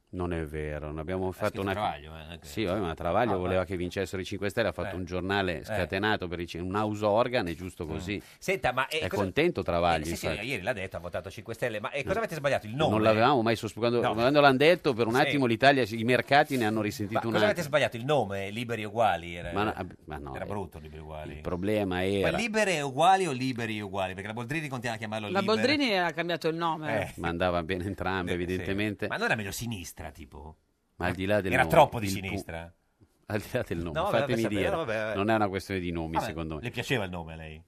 Non è vero, non abbiamo fatto scritto una... Travaglio, eh, anche- Sì, vabbè, ma Travaglio Ah, voleva beh. che vincessero i cinque Stelle, ha fatto Eh. un giornale Eh. scatenato per i cin- un house organ, è giusto così. Senta, ma eh, è cosa- contento Travaglio, Eh, sì, sì, infatti. ieri l'ha detto, ha votato cinque Stelle, ma eh, cosa avete sbagliato? Il nome? Non l'avevamo mai sospettato, quando, No. quando l'hanno detto per un Sì. attimo l'Italia, i mercati ne hanno risentito Ma un cosa avete attimo. sbagliato? Il nome? Liberi e uguali? Era, Ma no, ma no, era eh, brutto, liberi e uguali. Il problema Ma era... libere e uguali o liberi e uguali? Perché la Boldrini continua a chiamarlo La libere. Boldrini ha cambiato il nome. Eh. Ma andava bene entrambe, Sì. evidentemente. Ma non era meglio sinistra, tipo? Ma al di là del Era nome, troppo di il pu- sinistra? Al di là del nome, No, vabbè, fatemi per sapere, dire, no, vabbè, vabbè. non è una questione di nomi, Vabbè, secondo me. Le piaceva il nome a lei?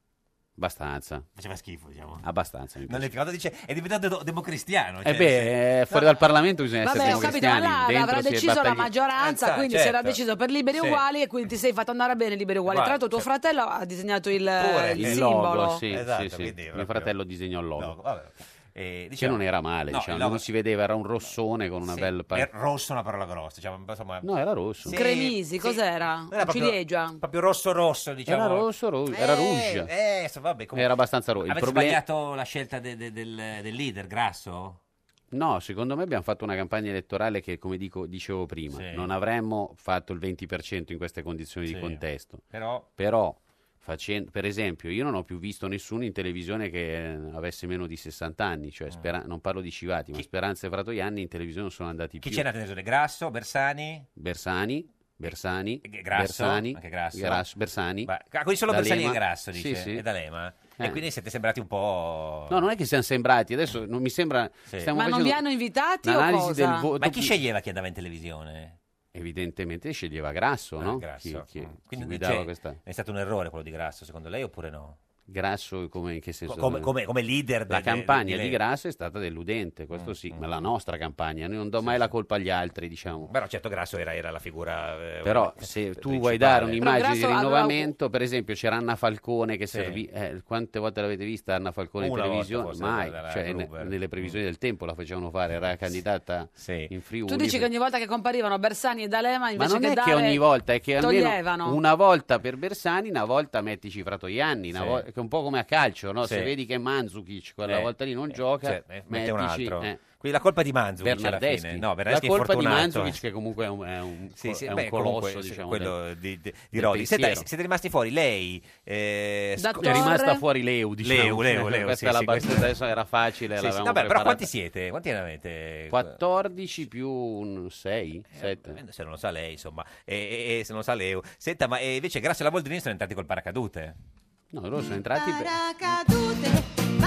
Abbastanza. Faceva schifo, diciamo. Abbastanza, mi Non piace. le, quando dice è diventato do- democristiano. Eh cioè, beh, eh, fuori No, dal Parlamento bisogna Vabbè, essere ho capito, ma democristiani. là dentro avrà si è deciso la battagli- maggioranza, Eh, quindi certo. si era deciso per liberi Sì. uguali e quindi ti sei fatto andare bene liberi uguali. Guarda, Tra l'altro tuo certo. fratello ha disegnato il, Pure, il eh. Il simbolo. logo, sì, Esatto, sì, sì. quindi Mio proprio- fratello disegnò il logo. No, vabbè. Eh, Che diciamo- non era male, no, diciamo, il logo- non si vedeva, era un rossone con una sì, bella... pa- è rosso è una parola grossa, diciamo, insomma. No, era rosso. Sì, Cremisi, sì. cos'era? Non era proprio- Ciliegia? Proprio rosso rosso, diciamo. Era rosso, ro- era rouge. Eh, eh, so- vabbè, comunque- Era abbastanza rosso. Il Avete problema... sbagliato la scelta de- de- del, del leader, Grasso? No, secondo me abbiamo fatto una campagna elettorale che, come dico, dicevo prima, Sì. non avremmo fatto il venti per cento in queste condizioni Sì. di contesto. Però... Però, facendo, per esempio, io non ho più visto nessuno in televisione che eh, avesse meno di sessanta anni, cioè Spera- non parlo di Civati, ma Speranza e Fratoianni in televisione non sono andati Chi più. c'era in televisione? Grasso, Bersani? Bersani, Bersani, Eh, Grasso, Bersani, anche Grasso. Grasso, Bersani. Ma- ah, quindi solo Bersani D'Alema. e Grasso, dice, Sì, sì. e D'Alema. Eh. E quindi siete sembrati un po'... No, non è che siamo sembrati, adesso non mi sembra... Sì. stiamo Ma non facendo vi hanno invitati o l'analisi cosa? del voto. Ma chi sceglieva chi andava in televisione? Evidentemente sceglieva Grasso, Ah, no? Grasso. Chi, chi- Mm. chi Quindi guidava cioè, questa... è stato un errore quello di Grasso, secondo lei, oppure no? Grasso come in che senso? Come, come- come leader de- La de- campagna de- di lei. Grasso è stata deludente, questo sì, ma la nostra campagna, noi non do mai la colpa agli altri, diciamo. Però certo Grasso era, era la figura... eh, Però eh, se tu principale. vuoi dare Però un'immagine di Grasso aveva- rinnovamento, per esempio c'era Anna Falcone che Sì. servì, eh, quante volte l'avete vista Anna Falcone in Una volta televisione? forse, Mai, era cioè ne- Gruber. nelle previsioni del tempo la facevano fare, era candidata Sì. in Friuli. Tu dici che ogni volta che comparivano Bersani e D'Alema Ma invece non che è dare che ogni volta, è che almeno toglievano. una volta per Bersani, una volta mettici Fratoianni, una Sì. vol- che è un po' come a calcio, no? Sì. Se vedi che Mandzukic quella Eh, volta lì non eh, gioca, cioè, eh, mette un mettici, altro. eh, Quindi la colpa è di Mandzukic alla Bernardeschi. fine. No, la Bernardeschi è colpa di infortunato. Mandzukic che comunque è un, è un, Sì, sì, è un beh, colosso, comunque, sì, diciamo, quello del- di, di, di del Rodi. Senta, pensiero. siete rimasti fuori lei, eh, Da sco- È rimasta Torre. fuori Leu, diciamo. Leu, Leu, Leu, Questa sì, è la sì, battuta, questa- adesso era facile, Sì, sì. l'avevamo Vabbè, però preparata. quanti siete? Quanti ne avete? quattordici più un sei, sette. Eh, se non lo sa lei, insomma, e, e- e se non lo sa Leo. Senta, ma eh, invece Grasso e la Boldrini sono entrati col paracadute. No, loro sono entrati per... Paracadute,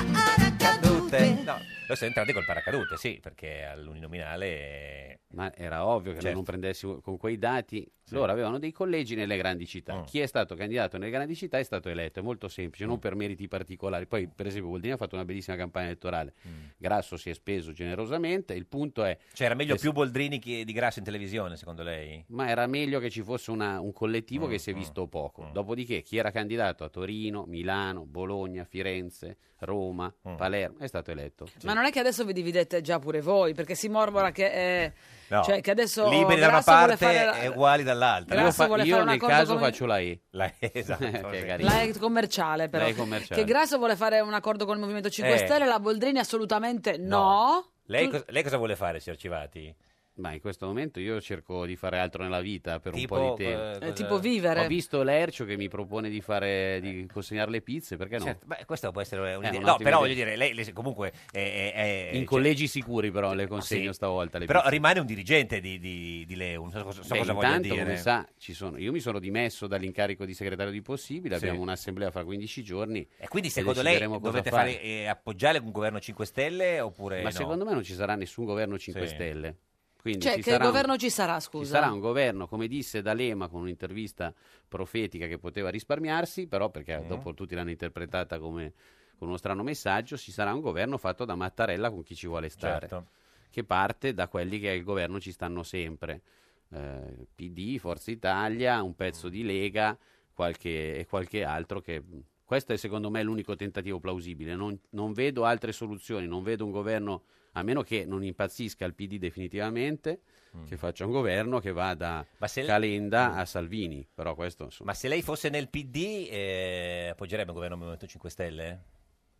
paracadute. No, loro sono entrati col paracadute, sì, perché all'uninominale... Ma era ovvio che Certo. non prendessi con quei dati. Loro avevano dei collegi nelle grandi città. Mm. Chi è stato candidato nelle grandi città è stato eletto. È molto semplice, non per meriti particolari. Poi, per esempio, Boldrini ha fatto una bellissima campagna elettorale. Grasso si è speso generosamente. Il punto è. Cioè era meglio che- più Boldrini che di Grasso in televisione, secondo lei? Ma era meglio che ci fosse una- un collettivo Mm, che si è mm, visto poco. mm. Dopodiché, chi era candidato a Torino, Milano, Bologna, Firenze, Roma, Mm. Palermo è stato eletto. Ma non è che adesso vi dividete già pure voi, perché si mormora che, eh, No. cioè, che adesso Liberi da una Grasso vuole parte fare la- e uguali dall'altra. Io, Grasso fa- vuole io fare un nel accordo caso come- faccio la E. La- esatto, Che sì. carino. La E commerciale, però. La E commerciale. Che Grasso vuole fare un accordo con il Movimento cinque Eh. Stelle, la Boldrini assolutamente no. No. Lei, Tu- cos- lei cosa vuole fare, signor Civati? Ma in questo momento io cerco di fare altro nella vita per Tipo, un po' di tempo. eh, Eh, cosa- tipo vivere. Ho visto Lercio che mi propone di fare di consegnare le pizze, perché no? Certo, beh, questo può essere un'idea. Eh, no, un'ottima però idea. voglio dire, lei, lei comunque è, è- è- In cioè- collegi sicuri però le consegno Sì. stavolta le Però pizze. rimane un dirigente di, di, di Leu, non so, cosa- so Beh, cosa voglia intanto, dire. come sa, ci sono, io mi sono dimesso dall'incarico di segretario di Possibile, Sì. abbiamo un'assemblea fra quindici giorni. E quindi e secondo lei decideremo cosa dovete fare. fare, eh, appoggiare un governo cinque Stelle oppure Ma no? secondo me non ci sarà nessun governo cinque Sì. Stelle. Quindi Cioè, ci che sarà un- governo ci sarà, Ci scusa? sarà un governo, come disse D'Alema con un'intervista profetica che poteva risparmiarsi, però perché Mm. dopo tutti l'hanno interpretata come con uno strano messaggio, ci sarà un governo fatto da Mattarella con chi ci vuole stare, Certo. che parte da quelli che al governo ci stanno sempre. Eh, P D, Forza Italia, un pezzo di Lega qualche, e qualche altro che... Questo è secondo me l'unico tentativo plausibile. Non, non vedo altre soluzioni, non vedo un governo, a meno che non impazzisca il P D definitivamente, che faccia un governo che va da Ma se- Calenda a Salvini. Però questo insomma, Ma se lei fosse nel P D, eh, appoggerebbe un governo Movimento cinque Stelle?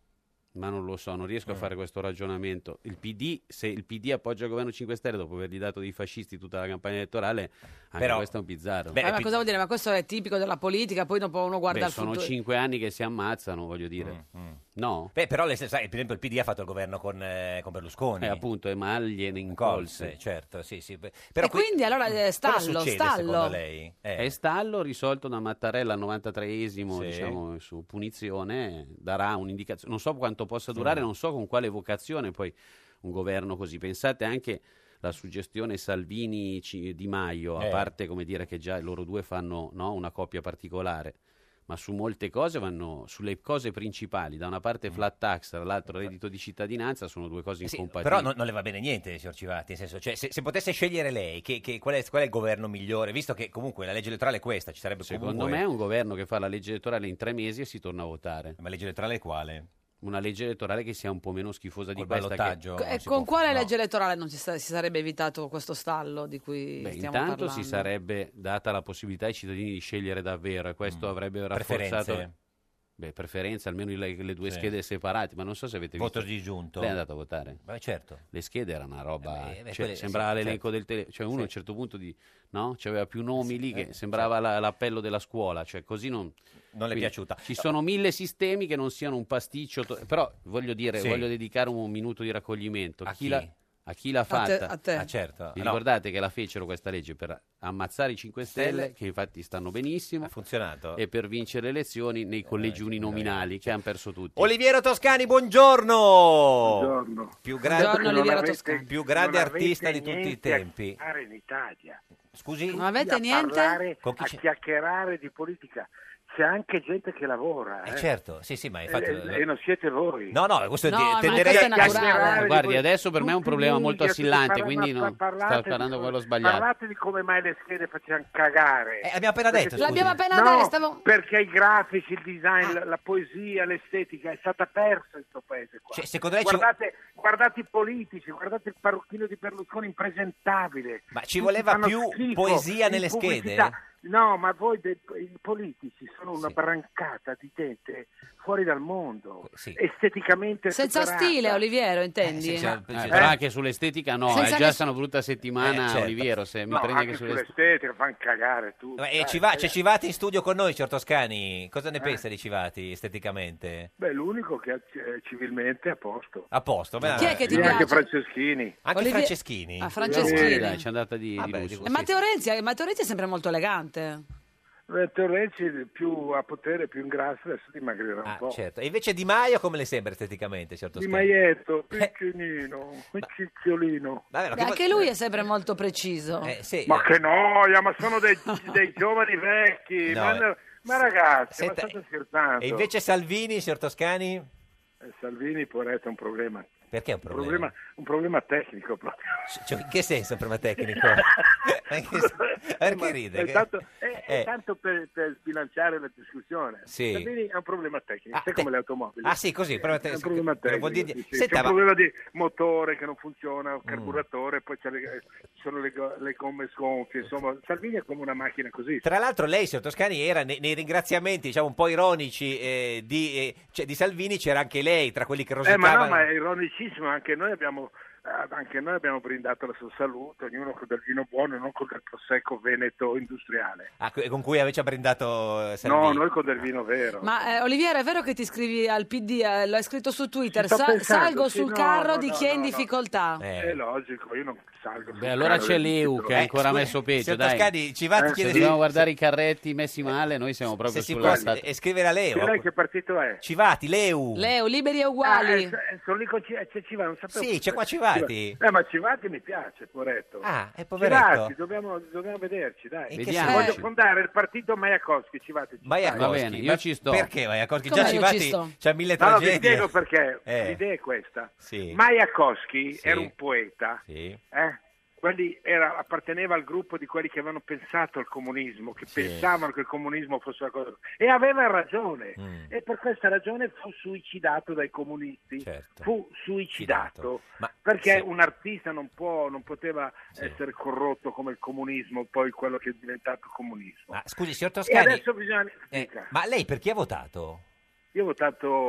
Ma non lo so, non riesco Mm. a fare questo ragionamento. Il P D, se il P D appoggia il governo cinque Stelle dopo avergli dato dei fascisti tutta la campagna elettorale, anche Però- questo è un bizzarro. Eh, ma cosa vuol dire? Ma questo è tipico della politica, poi dopo uno guarda Beh, il sono futuro. cinque anni che si ammazzano, voglio dire. No? Beh, però le- sai, per esempio il P D ha fatto il governo con, eh, con Berlusconi. Eh, appunto, e maglie ne Colse, incolse. certo, sì, sì. Però E quindi allora eh, stallo, cosa succede stallo. secondo lei? Eh. È stallo risolto da Mattarella al novantatreesimo, Sì. diciamo, su punizione, darà un'indicazione. Non so quanto possa durare, Mm. non so con quale vocazione poi un governo così. Pensate anche la suggestione Salvini-Di Maio, a Eh. parte come dire che già loro due fanno, no, una coppia particolare. Ma su molte cose vanno, sulle cose principali, da una parte flat tax, dall'altro reddito di cittadinanza, sono due cose Mm. Sì, incompatibili. però non, non le va bene niente, signor Civati, nel senso, cioè, se, se potesse scegliere lei, che, che- qual, è, qual è il governo migliore, visto che comunque la legge elettorale è questa, ci sarebbe Secondo comunque... me è un governo che fa la legge elettorale in tre mesi e si torna a votare. Ma legge elettorale quale? Una legge elettorale che sia un po' meno schifosa di Col questa. ballottaggio? Che... E con quale legge elettorale non si, sa- si sarebbe evitato questo stallo di cui Beh, stiamo intanto parlando? si sarebbe data la possibilità ai cittadini di scegliere davvero e questo avrebbe rafforzato... Mm. Preferenze? Beh, preferenze, almeno le, le due Sì. schede separate, ma non so se avete Voto visto. disgiunto? Lei è andato a votare? Beh, certo. Le schede erano una roba... Eh beh, cioè, quelle- sembrava sì, l'elenco certo. del telefono. Cioè uno Sì. a un certo punto di... no? C'aveva più nomi lì che eh, sembrava la- l'appello della scuola. Cioè così non... Non le è Quindi piaciuta. Ci sono mille sistemi che non siano un pasticcio... to- Però voglio dire, Sì. voglio dedicare un minuto di raccoglimento. A chi chi? l'ha- a chi l'ha A te- fatta? a te. Ah, certo. Vi No. ricordate che la fecero questa legge per ammazzare i cinque Stelle, Stelle. che infatti stanno benissimo, Ha funzionato. e per vincere le elezioni nei collegi uninominali, che hanno perso tutti. Oliviero Toscani, buongiorno! Buongiorno. Più, grande- Buongiorno, Non Oliviero avete- Toscani. più grande non avete artista di tutti i niente a tempi. fare in Italia. Scusi? Non avete a niente? parlare, Con chi a c'è? chiacchierare di politica. C'è anche gente che lavora. Eh, Eh, certo, sì, sì, ma infatti... E, e non siete voi. No, no, questo No, ti- ma tenderei questo è a... naturale. Ma guardi, adesso per me è un Tutti problema i molto media, assillante, tutti quindi parla- no, parlate sta di parlando come- quello sbagliato. Parlate di come mai le schede facevano cagare. Eh, abbiamo appena detto, scusi. L'abbiamo appena No, detto, stavo... perché i grafici, il design, Ah. la, la poesia, l'estetica è stata persa in questo paese qua. Cioè, secondo lei ci- guardate, guardate i politici, guardate il parrucchino di Berlusconi impresentabile. Ma ci Tutti voleva fanno più schifo poesia in nelle pubblicità. schede? No, ma voi dei- i politici sono una Sì. brancata di gente fuori dal mondo, Sì. esteticamente Senza superata. stile, Oliviero, intendi? Eh, sì, sì, Eh, sì. però anche sull'estetica no, Senza è già ness- sta una brutta settimana, Eh, certo. Oliviero, se mi No, prende anche che sull'estetica. sull'estetica fanno cagare tu. Ma, eh, Civa- c'è Civati in studio con noi, signor Toscani. Cosa ne Eh. pensa di Civati esteticamente? Beh, l'unico che è civilmente a posto. A posto. beh, Chi è che ti E anche piace? Franceschini. Anche Olivier- Franceschini? Ah, Sì, Franceschini. dai, ci è andata di, di Vabbè, lusso. dico- E Matteo Renzi, Matteo Renzi è sempre molto elegante. Matteo Renzi più a potere, più ingrassa, adesso dimagrirà un Ah, po'. certo. E invece Di Maio come le sembra esteticamente, signor Di Toscani? Maietto, Eh. piccinino, un cicciolino. Vabbè, ma che Anche vo- lui è sempre molto preciso. Eh, sì. Ma che noia, ma sono dei, dei giovani vecchi. No, ma, eh. ma ragazzi, Senta, ma state scherzando? E invece Salvini, signor Toscani? Eh, Salvini, poveretto, è un problema. Perché è un Un problema? problema, un problema tecnico proprio. Cioè, in che senso un problema tecnico? Ma in che sen- Perché Ma ride? È Che- tanto, è- è Eh. tanto per, per sbilanciare la discussione. Sì. Salvini è un problema tecnico, Ah, sai te- come le automobili. Ah, sì, così, problema È un tecnico. problema Però tecnico. vuol dire- sì, sì. Senta, C'è un ma- Mm. problema di motore che non funziona, un carburatore, poi c'è le- ci sono le, go- le gomme sgonfie. Insomma, Salvini è come una macchina così. Tra l'altro lei, signor Toscani, era nei, nei ringraziamenti, diciamo, un po' ironici eh, di, eh, cioè, di Salvini, c'era anche lei, tra quelli che Eh, rosicavano. ma no, ma è ironicissimo, anche noi abbiamo, eh, anche noi abbiamo brindato la sua salute, ognuno con del vino buono, non con del prosecco veneto industriale. Ah, que- con cui invece ha brindato eh, Salvini. No, noi con del vino vero. Ma eh, Oliviero, è vero che ti iscrivi al P D? Eh, l'hai scritto su Twitter. Ci sto Sa- pensando, salgo sì, sul no, carro no, di no, chi è in no, no. difficoltà. Eh. È logico, io non salgo. Beh, sul allora carro c'è del l'E U titolo. che è ancora scusi, messo peggio, signor dai. Toscani, Civati Eh, chiede Se di... dobbiamo guardare i carretti messi male, noi siamo proprio se si sulla può strada. e scrivere a Leo. E lei che partito è? Civati, Leu. Leo, liberi e Ah, uguali. eh, eh, sono lì con C- eh, c'è Civati, non sapevo. Sì, c'è qua Civati. Eh, ma Civati mi piace, poveretto. Ah, è poveretto. Civati, dobbiamo, dobbiamo vederci, dai. In che Vediamo. Voglio Eh, fondare il partito Majakowski, Civati. ci Majakowski. Va bene, io Ma ci sto. Perché Majakowski? Come Già io Civati ci sto? c'ha mille No, no, vi tragedie. spiego perché. Eh. L'idea è questa. Sì. Majakowski Sì. era un poeta, Sì. eh? Quelli era, apparteneva al gruppo di quelli che avevano pensato al comunismo, che Sì. pensavano che il comunismo fosse una cosa. E aveva ragione. Mm. E per questa ragione fu suicidato dai comunisti. Certo. Fu suicidato. Ma- Perché sì. un artista non può, non poteva Sì. essere corrotto come il comunismo, poi quello che è diventato il comunismo. Ma scusi, signor E Toscani, adesso bisogna. eh, dica. ma lei per chi ha votato? Io ho votato eh,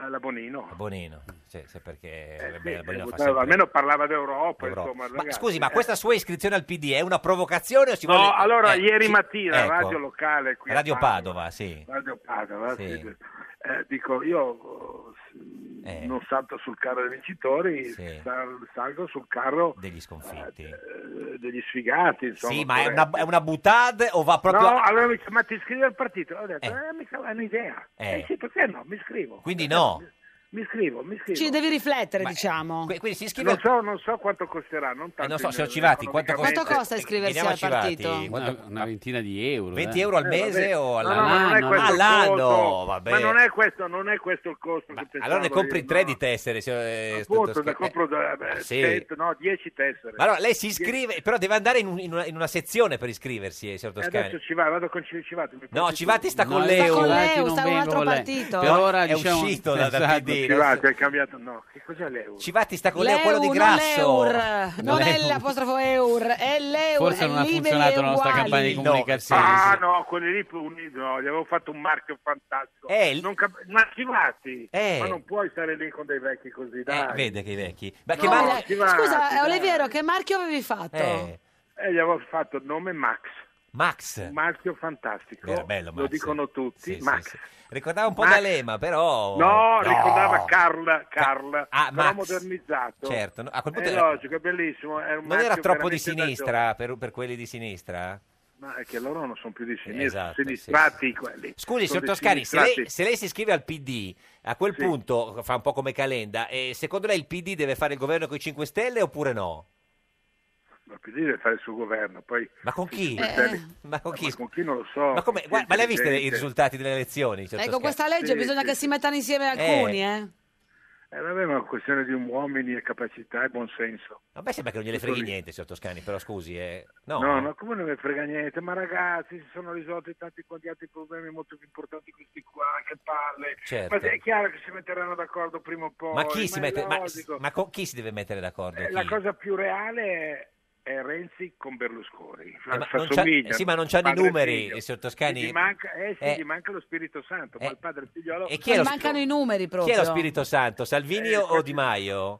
La Bonino. La Bonino, sì, sì, perché Eh, vabbè, la sì, Bonino fa eh, sempre- almeno parlava d'Europa, Europa. insomma. Ma ragazzi, scusi, ma eh. questa sua iscrizione al P D è una provocazione o si No, vuole... allora eh, ieri ci- mattina, ecco. radio locale qui a Radio Padova, Padova, sì. Radio Padova, Sì. sì. Eh, dico, io eh, non salto sul carro dei vincitori, Sì. sal- salgo sul carro degli sconfitti. eh, degli sfigati, insomma. Sì, ma è corretto. una, è una butade o va proprio... No, a- allora mi dice, ma ti iscrivi al partito? Ho detto, Eh. eh, mica è un'idea. Eh. Eh sì, perché no? Mi iscrivo. Quindi no. Mi iscrivo, mi iscrivo. Ci devi riflettere, diciamo. Quindi si iscrive... Non so, non so quanto costerà, non tanto Eh, non so, in- signor Civati, quanto economicamente. Quanto costa iscriversi Veniamo al a Civati. partito? Una, una ventina di euro. venti eh. euro al Eh, mese vabbè. o No, all'anno? no, ma non è questo il all'anno, costo. vabbè. Ma non è questo, non è questo il costo che pensavo Allora ne compri io, tre no. di tessere, signor eh, Appunto, Tosca- ne compro eh, eh, sì. cento, no, dieci tessere. Ma allora lei si iscrive, però deve andare in, un- in una, in una sezione per iscriversi, eh, signor E Toscani. adesso ci va, vado con Ci- Civati. mi No, porti Civati tu? sta con No, l'E U. Sta con Civati l'E U, non sta in un vengo altro con lei. partito? Per ora, È diciamo, uscito da- dal esatto. P D. Civati è cambiato, no, che cos'è l'E U? Civati sta con l'E U, quello di L'E U, Grasso. non l'Eur, non è l'E U. l'apostrofo Eur, è l'Eur. Forse è non ha liberi funzionato e la nostra uguali. campagna di No. comunicazione. Ah no, quelli lì uniti, no, gli avevo fatto un marchio fantastico. Eh, non cap- ma Civati, Eh. ma non puoi stare lì con dei vecchi così, Eh, dai. vede che i vecchi. Ma che No, mar- Dai, Civati, Scusa, dai. Oliviero, che marchio avevi fatto? eh, E gli avevo fatto il nome Max, Max. un marchio fantastico. Era bello, Lo Max. dicono tutti, Sì, sì, Max. sì. Ricordava un po' Max. D'Alema, però... No, ricordava Carl, Carl, Ah, però Max. modernizzato. Certo, no, a quel punto È era- logico, è bellissimo. È un Non era marchio troppo di veramente da sinistra per, per quelli di sinistra? Ma è che loro non sono più di sinistra, Esatto, sinistrati quelli. Scusi, Sono signor dei Toscani, se lei, sinistrati. se lei si iscrive al P D, a quel Sì. punto fa un po' come Calenda, e secondo lei il P D deve fare il governo con i cinque Stelle oppure no? Ma il P D deve fare il suo governo, poi... Ma con chi? cinque Stelle- Ma con chi? Ma con chi non lo so. Ma, come, Chi è guarda, ma lei ha visto i intelligente. risultati delle elezioni? signor Eh, con Toscani? questa legge Sì, bisogna sì, che sì. si mettano insieme alcuni, eh. Eh, vabbè, ma è una questione di uomini e capacità e buonsenso. A me sembra che non gliene Tutto freghi lì. niente, signor Toscani, però scusi, eh. No, No, no, come non mi frega niente, ma ragazzi, si sono risolti tanti quanti altri problemi molto più importanti questi qua, che palle. Certo. Ma è chiaro che si metteranno d'accordo prima o poi. Ma chi si è mette... Ma, logico. ma con chi si deve mettere d'accordo? Eh, Chi? La cosa più reale è, è Renzi con Berlusconi. Eh, ma non c'ha- S'assomigliano, sì, ma non c'hanno i padre e numeri, figlio. signor Toscani. Gli manca, eh sì, Eh. gli manca lo Spirito Santo, Eh. ma il padre e il figliolo... E chi è Gli lo, mancano i numeri chi proprio. è lo Spirito Santo? Salvini Eh, o Di Maio?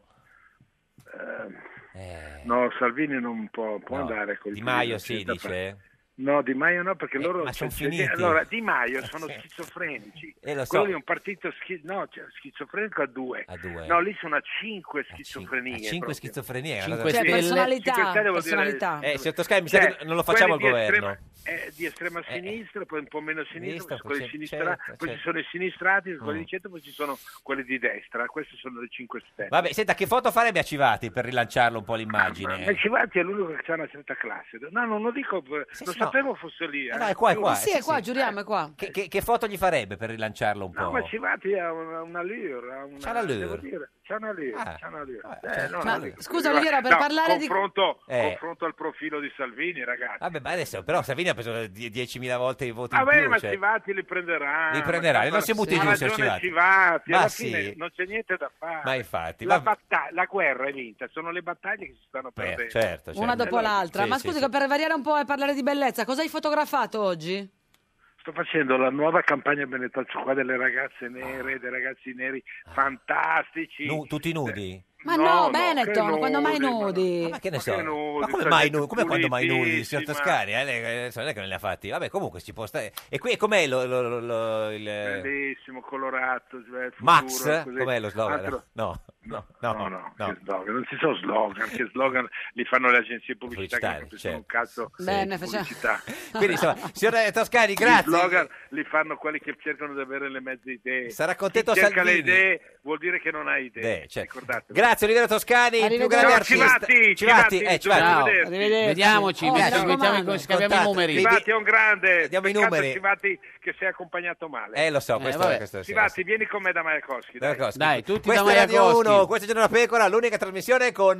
Eh, Eh, no, Salvini non può, può no. andare col Di Maio non sì, c'è da dice? fare. No, Di Maio no, perché Eh, loro... ma son cioè, finiti. Allora, Di Maio sono Sì. schizofrenici. Eh, lo so. Quello lì è un partito schi- no, cioè, schizofrenico a due. A due. No, lì sono a cinque A cin- schizofrenie. a cinque proprio. schizofrenie. Cinque guarda- Cioè, Stelle. personalità, Cinque Stelle vuol dire- personalità. Eh, signor Toscani, mi sa Cioè, che non lo facciamo al quelli di governo. estrema- eh, di estrema sinistra, poi un po' meno sinistra, Sinistra, poi quelli poi di c'è- sinistra, certo, poi certo. ci sono i sinistrati, quelli Mm. di centro, poi ci sono quelli di destra. Queste sono le cinque Stelle. Vabbè, senta, che foto farebbe a Civati per rilanciarlo un po' l'immagine? Ma Civati è l'unico che ha una certa classe. No, non lo dico, Sì, lo sì, no. sapevo fosse lì. Eh eh. no, è qua, è qua. Sì, sì, è qua, sì. giuriamo, è qua. Che, che- che foto gli farebbe per rilanciarlo un po'? No, ma Civati ha una, una lure, ha una, C'ha la lure? devo dire, c'ha una lure, Ah, c'ha una lure. ah, Eh, cioè, no, Ma no, dico- scusa, Oliviera, per no, parlare di- confronto, Eh. confronto al profilo di Salvini, ragazzi. Vabbè, ma adesso però Salvini ha preso die- diecimila volte i voti in Vabbè, più. ma cioè. Civati li prenderà. Li prenderà, ma- non si butti ha giù, signor ragione Civati. Civati, Ma alla sì. fine non c'è niente da fare. Ma infatti, la, va- batta- la guerra è vinta, sono le battaglie che si stanno Eh, perdendo. certo, certo. Una dopo Allora, l'altra. sì, Ma sì, scusi, sì. per variare un po' e parlare di bellezza, cosa hai fotografato oggi? Sto facendo la nuova campagna Benetaccio qua delle ragazze nere, dei ragazzi neri fantastici. Nu- tutti nudi? Ma No, no, no, Benetton, che quando mai nudi, ma- nudi? Ma che ne Ma so? che nudi, ma come cioè, mai gente nudi? Come quando mai nudi, signor pulitissima. Toscani? Eh, lei- adesso non è che non li ha fatti. Vabbè, comunque ci può stare. E qui com'è lo, lo- lo- lo- il... Bellissimo, colorato, cioè, il futuro, Max? così. Com'è lo slogan? Altro- No, no, No, no, no, no. che slogan, non ci sono slogan, che slogan li fanno le agenzie pubblicitarie che non Pubblicitarie, capiscono un certo. cazzo Bene, di facciamo- pubblicità. Quindi insomma, signor Toscani, Gli grazie. slogan li fanno quelli che cercano di avere le mezze idee. Sarà contento Chi cerca Salvini. le idee vuol dire che non ha idee. Eh, certo. Ricordatelo. Grazie Oliviero Toscani, il più Arrivederci. grande Ciao, artista. Civati, Civati, Civati, eh, Civati. Ciao. arrivederci. Arrivederci. Vediamoci, Oh, mi mi mettiamo in raccomando. scambiamo i Contatto. numeri. Vi- Civati è un grande. Diamo i Peccato, numeri. Civati, che sei accompagnato male. Eh, lo so, Eh, questo, vabbè. questo sì, Civati, vieni con me da Majakowski. Dai. Majakowski. Dai, tutti Questa da è Radio Majakowski. uno, questo è Giorno da Pecora, l'unica trasmissione con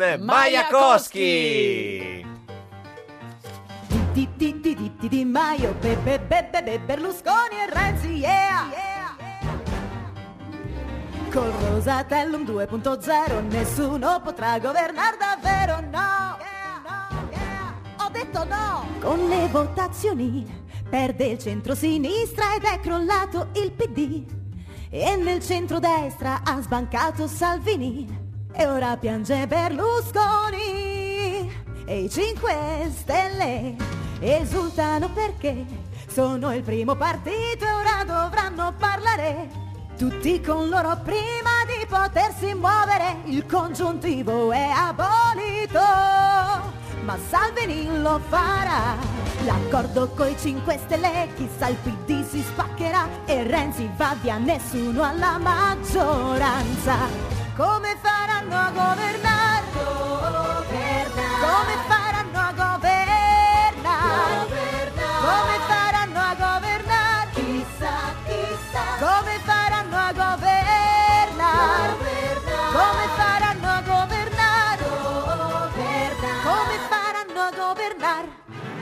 Majakowski. Di di di di di Di Maio, be, be, be, be, be, Berlusconi e Renzi, yeah! Col Rosatellum due punto zero nessuno potrà governare davvero, no! Ho detto no! Con le votazioni perde il centro-sinistra ed è crollato il P D. E nel centrodestra ha sbancato Salvini e ora piange Berlusconi. E i cinque Stelle esultano perché sono il primo partito e ora dovranno parlare tutti con loro prima di potersi muovere. Il congiuntivo è abolito, ma Salvini lo farà. L'accordo coi cinque Stelle, chissà il P D si spaccherà e Renzi va via, nessuno alla maggioranza. Come faranno a governare? Governare. Come faranno a governare? Governare. Come faranno a governare? Chissà, chissà. Come faranno a governare? Governare. Come faranno a governare? Governare. Come faranno a governare?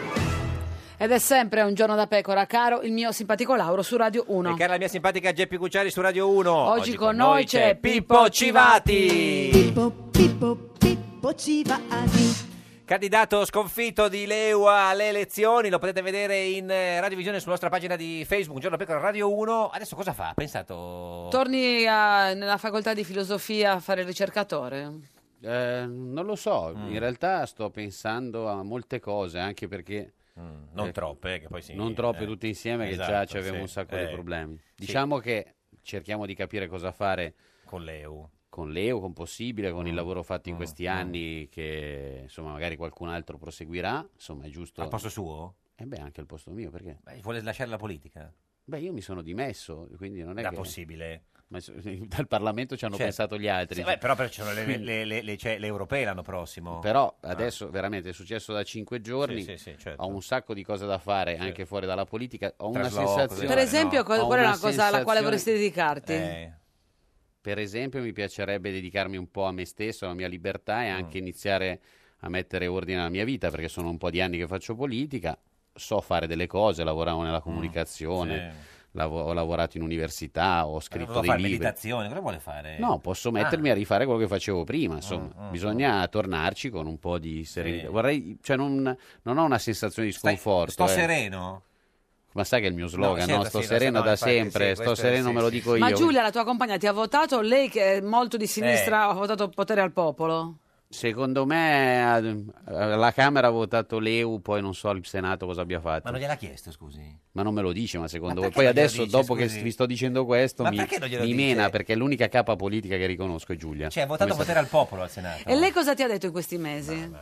Ed è sempre un giorno da pecora, caro il mio simpatico Lauro su Radio uno. E cara la mia simpatica Geppi Cucciari su Radio uno. Oggi, Oggi con noi c'è Pippo Civati. Pippo, Pippo, Pippo Civati. Candidato sconfitto di Leu alle elezioni, lo potete vedere in eh, radiovisione sulla nostra pagina di Facebook, un giorno da pecora Radio uno. Adesso cosa fa? Ha pensato... Torni a- nella facoltà di filosofia a fare il ricercatore? Eh, non lo so, in realtà sto pensando a molte cose, anche perché... Mm, non eh, troppe, che poi sì. Non troppe eh, tutte insieme, che esatto, già ci avevamo sì, un sacco eh, di problemi. sì. Diciamo che cerchiamo di capire cosa fare con Leu. Con Leu, con possibile, con il Mm, lavoro fatto in mm, questi mm. anni, che insomma magari qualcun altro proseguirà. Insomma, è giusto. Al posto suo? Eh beh, anche al posto mio, perché? Beh, vuole lasciare la politica? Beh, io mi sono dimesso, quindi non è Da che... possibile? Ma s- dal Parlamento ci hanno Certo. pensato gli altri. Sì, beh, però per- ci sono le, le, le, le, c'è le europee l'anno prossimo. Però adesso veramente è successo da cinque giorni, Sì, sì, sì, certo. ho un sacco di cose da fare anche fuori dalla politica, ho una Trasloco, sensazione... Per esempio, co- Ho qual è una cosa alla quale sensazione- vorresti dedicarti? Eh. Per esempio mi piacerebbe dedicarmi un po' a me stesso, alla mia libertà e Mm. anche iniziare a mettere ordine nella mia vita, perché sono un po' di anni che faccio politica, so fare delle cose, lavoravo nella comunicazione, sì. lavo- ho lavorato in università, ho scritto Vuole dei fare libri. meditazione, cosa vuole fare? No, posso mettermi Ah. a rifare quello che facevo prima, insomma, Mm, mm, bisogna tornarci con un po' di serenità. Sì. Vorrei, cioè non, non ho una sensazione di sconforto. Sto eh. sereno? Ma sai che è il mio slogan, certo, no? Sto sì, lo sereno so, no, da infatti, sempre, sì, sto questo è- sereno sì, me lo sì, dico sì. io. Ma Giulia, la tua compagna, ti ha votato? Lei che è molto di sinistra, ha votato potere al popolo? Secondo me eh, la Camera ha votato Leu, poi non so il Senato cosa abbia fatto. Ma non gliel'ha chiesto, scusi? Ma non me lo dice, ma secondo Ma voi? perché Poi non glielo adesso, dice, dopo che scusi? vi sto dicendo questo, Ma mi, perché non glielo mi dice? mena, perché è l'unica capa politica che riconosco, è Giulia. Cioè, ha votato Come potere al popolo al Senato. E lei cosa ti ha detto in questi mesi?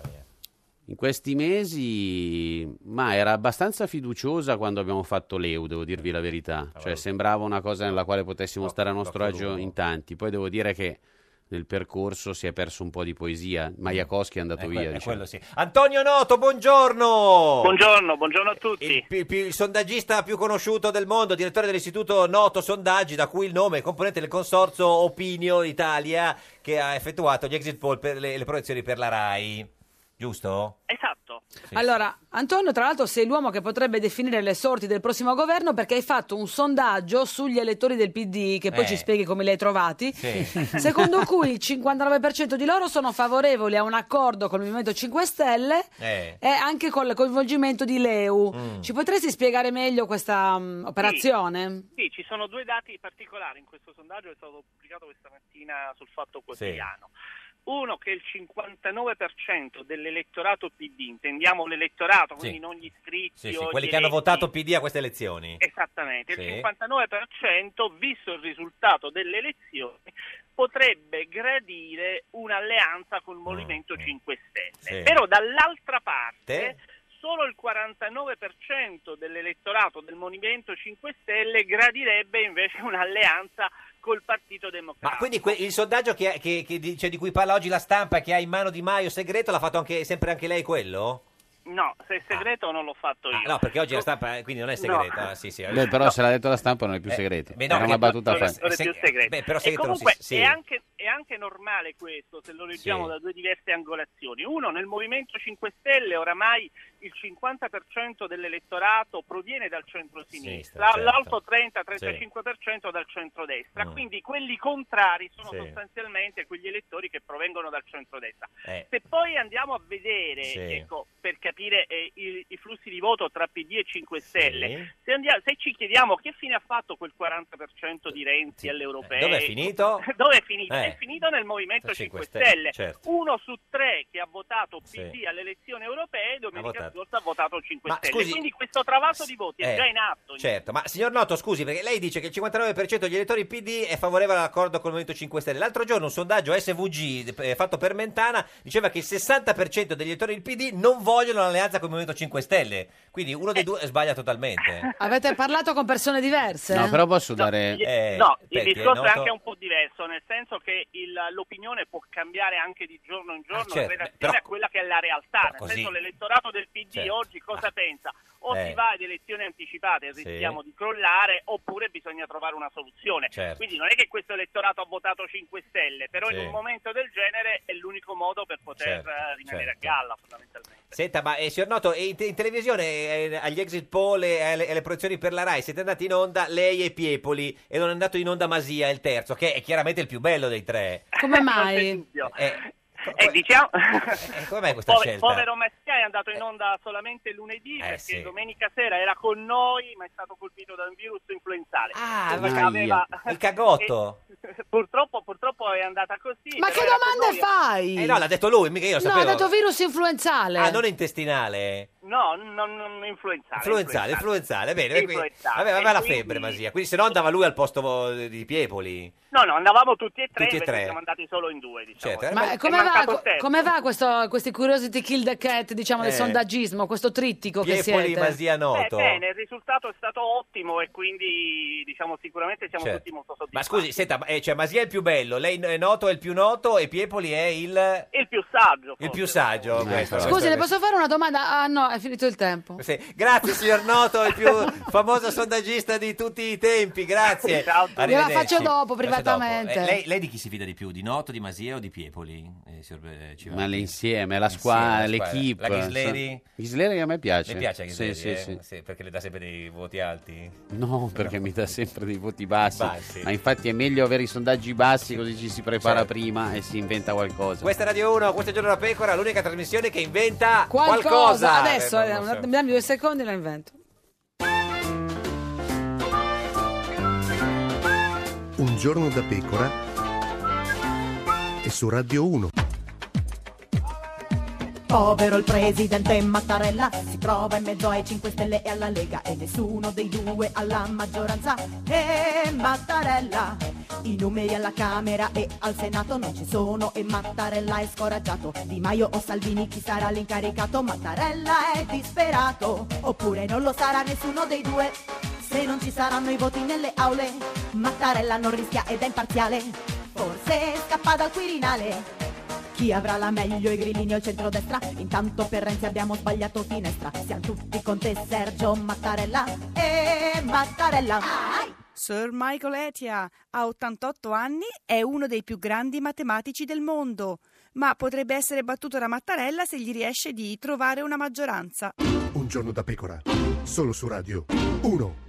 In questi mesi, ma era abbastanza fiduciosa quando abbiamo fatto Leu, devo dirvi la verità. Cioè, sembrava una cosa nella quale potessimo stare a nostro agio in tanti. Poi devo dire che nel percorso si è perso un po' di poesia. Majakowski è andato È via. que- è diciamo. quello sì. Antonio Noto, buongiorno! Buongiorno, buongiorno a tutti. Il, più- più- il sondaggista più conosciuto del mondo, direttore dell'istituto Noto Sondaggi, da cui il nome, componente del consorzio Opinio Italia, che ha effettuato gli exit poll per le, le proiezioni per la RAI. Giusto? Esatto. Allora, Antonio, tra l'altro sei l'uomo che potrebbe definire le sorti del prossimo governo, perché hai fatto un sondaggio sugli elettori del P D, che poi Eh. ci spieghi come li hai trovati, Sì. secondo cui il cinquantanove per cento di loro sono favorevoli a un accordo con il Movimento cinque Stelle Eh. e anche con il coinvolgimento di Leu. Mm. Ci potresti spiegare meglio questa mm, operazione? Sì, ci sono due dati particolari in questo sondaggio che è stato pubblicato questa mattina sul Fatto Quotidiano. Uno, che il cinquantanove per cento dell'elettorato P D, intendiamo l'elettorato, quindi Sì. non gli iscritti Sì, sì, o quelli gli che hanno eletti. votato P D a queste elezioni. Esattamente, Sì. il cinquantanove per cento, visto il risultato delle elezioni, potrebbe gradire un'alleanza col Movimento cinque Stelle. Sì. Però dall'altra parte Te? solo il quarantanove per cento dell'elettorato del Movimento cinque Stelle gradirebbe invece un'alleanza col Partito Democratico. Ma quindi que- il sondaggio che, che- che dice, di cui parla oggi la stampa, che ha in mano Di Maio segreto, l'ha fatto anche sempre anche lei quello? No, se è segreto non l'ho fatto io. Ah, no, perché oggi la stampa eh, quindi non è segreta. No. Sì, sì. Beh, però No. se l'ha detto la stampa non è più Eh, segreto. beh, no, Era una perché- battuta non è, fa. non è Se- più segreto. beh, però e segreto non si- comunque sì. è, anche, è anche normale questo se lo leggiamo Sì. da due diverse angolazioni. Uno, nel Movimento cinque Stelle oramai il cinquanta per cento dell'elettorato proviene dal centro-sinistra, Sinistra, certo. l'altro trenta trentacinque per cento dal centrodestra, Mm. quindi quelli contrari sono Sì. sostanzialmente quegli elettori che provengono dal centrodestra. Eh. Se poi andiamo a vedere, Sì. ecco, per capire capire eh, i, i flussi di voto tra P D e cinque Stelle. Sì. Se, andiamo, se ci chiediamo che fine ha fatto quel quaranta per cento di Renzi alle europee, Dove è finito? Dove è finito? Eh. È finito nel Movimento cinque cinque Stelle. certo. Uno su tre che ha votato P D Sì. alle elezioni europee domenica votato. scorsa ha votato cinque Ma Stelle. scusi- Quindi questo travaso di voti è Eh, già in atto. Certo, ma signor Noto, scusi, perché lei dice che il cinquantanove per cento degli elettori P D è favorevole all'accordo con il Movimento cinque Stelle. L'altro giorno un sondaggio S V G eh, fatto per Mentana diceva che il sessanta per cento degli elettori del P D non vogliono l'alleanza con il Movimento cinque Stelle. Quindi uno dei due sbaglia totalmente. Avete parlato con persone diverse? No, però posso dare... Eh, No, il perché, discorso è Noto? anche un po' diverso, nel senso che il- l'opinione può cambiare anche di giorno in giorno Ah, certo, in relazione però- a quella che è la realtà. Nel così- senso, l'elettorato del P D Certo. oggi cosa pensa? O Eh. si va ad elezioni anticipate e Sì. rischiamo di crollare, oppure bisogna trovare una soluzione. Certo. Quindi non è che questo elettorato ha votato cinque Stelle, però Sì. in un momento del genere è l'unico modo per poter Certo, eh, rimanere certo. a galla, fondamentalmente. Senta, ma eh, signor Noto, in, te- in televisione eh, agli exit poll e alle, alle proiezioni per la Rai siete andati in onda lei e Piepoli e non è andato in onda Masia, il terzo, che è chiaramente il più bello dei tre. Come Non c'è mai? dubbio. Eh, E diciamo... eh, come mai questa Pove- scelta? Povero Massia è andato in onda solamente lunedì perché sì. domenica sera era con noi ma è stato colpito da un virus influenzale. Ah, Quindi ma- aveva- il cagotto. E- purtroppo, purtroppo è andata così. Ma però che era con domande noi. fai? Eh no, l'ha detto lui, mica io lo No, sapevo. ha detto virus influenzale. Ah, non intestinale. No, non, non influenzale. Influenzale, influenzale, bene. quindi- Influenzale. Aveva, aveva la E quindi- febbre Masia, quindi se no andava lui al posto vo- di Piepoli. No, no, andavamo tutti e tre, Tutti e invece tre. siamo andati solo in due, diciamo. Certo, Ma È come va, mancato il terzo. come va questo, questi curiosity kill the cat, diciamo, del Eh. sondaggismo, questo trittico che Piepoli, siete? Masia, Eh, Noto. bene, il risultato è stato ottimo e quindi diciamo sicuramente siamo Certo. tutti molto Ma soddisfatti. scusi, senta, eh, cioè Masia è il più bello, lei è Noto è il più noto e Piepoli è il... Il più saggio. Il più saggio. questo, Scusi, questo le è- posso fare una domanda? Ah no, è finito il tempo. Sì. Grazie signor Noto, il più famoso sondaggista di tutti i tempi, grazie. Ciao. Arrivederci. Gliela faccio dopo, Faccio privatamente. dopo. Eh, lei, lei di chi si fida di più? Di Noto, di Masia o di Piepoli? Eh, signor, eh, Civanti? Ma l'insieme, la Insieme, squadra, la squadra. l'equipe. La Ghisleri? Ghisleri a me piace. Le piace Sì, Ghisleri, sì, eh? sì. Sì, perché le dà sempre dei voti alti? No, perché mi dà sempre dei voti bassi. Bassi. Ma infatti è meglio avere i sondaggi bassi così ci si prepara Certo. prima e si inventa qualcosa. Questa è Radio uno, questo è Giorno da Pecora, l'unica trasmissione che inventa Qualcosa, qualcosa. adesso, Eh, eh, non lo so. dammi due secondi e la invento. Un giorno da pecora e su Radio uno. Povero il presidente Mattarella, si trova in mezzo ai cinque Stelle e alla Lega e nessuno dei due alla maggioranza. E Mattarella, i numeri alla Camera e al Senato non ci sono e Mattarella è scoraggiato. Di Maio o Salvini, chi sarà l'incaricato? Mattarella è disperato, oppure non lo sarà nessuno dei due. Se non ci saranno i voti nelle aule, Mattarella non rischia ed è imparziale, forse scappa dal Quirinale. Chi avrà la meglio, i grillini o il centrodestra? Intanto per Renzi abbiamo sbagliato finestra. Siamo tutti con te Sergio Mattarella e Mattarella. Sir Michael Etia ha ottantotto anni, è uno dei più grandi matematici del mondo, ma potrebbe essere battuto da Mattarella se gli riesce di trovare una maggioranza. Un giorno da pecora, solo su Radio uno.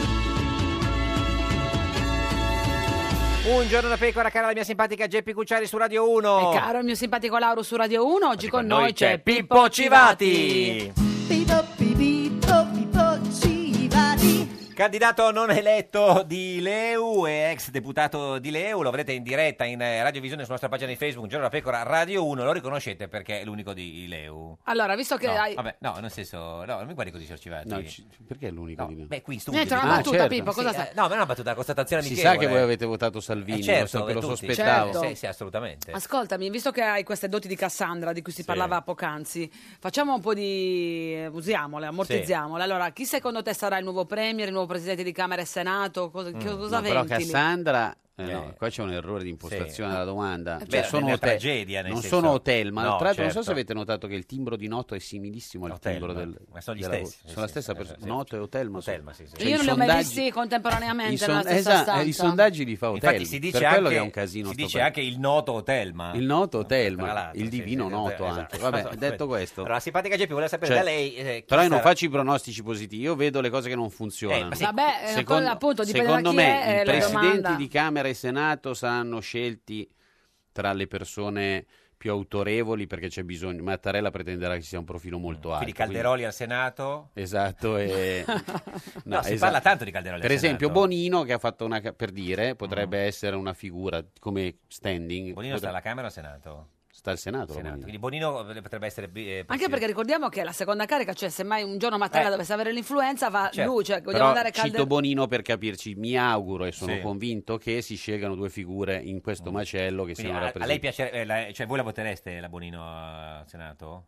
Un giorno da Pecora, cara la mia simpatica Geppi Cucciari su Radio uno. E caro il mio simpatico Lauro su Radio uno, oggi con con noi c'è Pippo Civati. Pippo, Pippo, Pippo Civati. Candidato non eletto di Leu e ex deputato di Leu, lo avrete in diretta in eh, radiovisione sulla nostra pagina di Facebook, Un giorno da Pecora Radio uno, lo riconoscete perché è l'unico di Leu? Allora, visto che No, hai... vabbè, no, nel senso, no, non mi guardi così, signor Civati. No, ci- perché è l'unico No, di me? beh, qui in studio. Niente, una dico. battuta, certo. Pippo, cosa Sì, sai? eh, no, ma è una battuta, una constatazione Si amichevole. sa che voi avete votato Salvini, Eh, certo, lo, so- e lo tutti. sospettavo. Certo. Sì, sì, assolutamente. Ascoltami, visto che hai queste doti di Cassandra di cui si parlava poc'anzi, facciamo un po' di... usiamole, ammortizziamole. Allora, chi secondo te sarà il nuovo premier, il nuovo presidente di Camera e Senato? Cosa, che cosa No, però ventili? Cassandra, eh, no, Eh. qua c'è un errore di impostazione Sì. della domanda. Beh, Cioè, è sono una hotel, tragedia, nel non senso- sono hotel, ma No, tra l'altro non so certo. se avete notato che il timbro di Noto è similissimo al Hotel, timbro ma- del ma sono gli della- stessi, sì, sono la sì, stessa sì, persona. sì. Noto e Hotel, ma Hotel, so- ma sì, sì. cioè, Io i non li ho mai sondaggi- visti contemporaneamente i son- nella stessa esatto, stanza. i sondaggi li fa Hotel, Infatti si dice per quello anche, che è un casino. si sto dice paese. anche il noto Hotelma. Il noto Hotel, Tra ma l'altro, il sì, divino sì, noto esatto. anche. Vabbè, detto questo. Allora, simpatica Geppi, vuole sapere Cioè, da lei eh, chi però io non sarà- faccio i pronostici positivi, io vedo le cose che non funzionano. Eh, ma sì. Vabbè, eh, Secondo, appunto, dipende secondo da chi me è, eh, i la presidenti domanda. di Camera e Senato saranno scelti tra le persone più autorevoli, perché c'è bisogno. Mattarella pretenderà che sia un profilo molto alto. Quindi Calderoli al Senato? Esatto, e... No, si parla tanto di Calderoli Per al esempio Senato. Bonino, che ha fatto una, per dire, potrebbe essere una figura come standing. Bonino sta alla Camera o al Senato? Sta al Senato. Senato. Bonino. Quindi Bonino potrebbe essere... eh, Anche possibile- perché ricordiamo che è la seconda carica, cioè se mai un giorno Mattarella Eh. dovesse avere l'influenza va Certo. lui, cioè vogliamo Però andare a cito Calderoli. Bonino per capirci, mi auguro e sono Sì. convinto che si scelgano due figure in questo macello che Quindi siano a, a rappresentate. lei piace, eh, la- cioè voi la votereste la Bonino al Senato?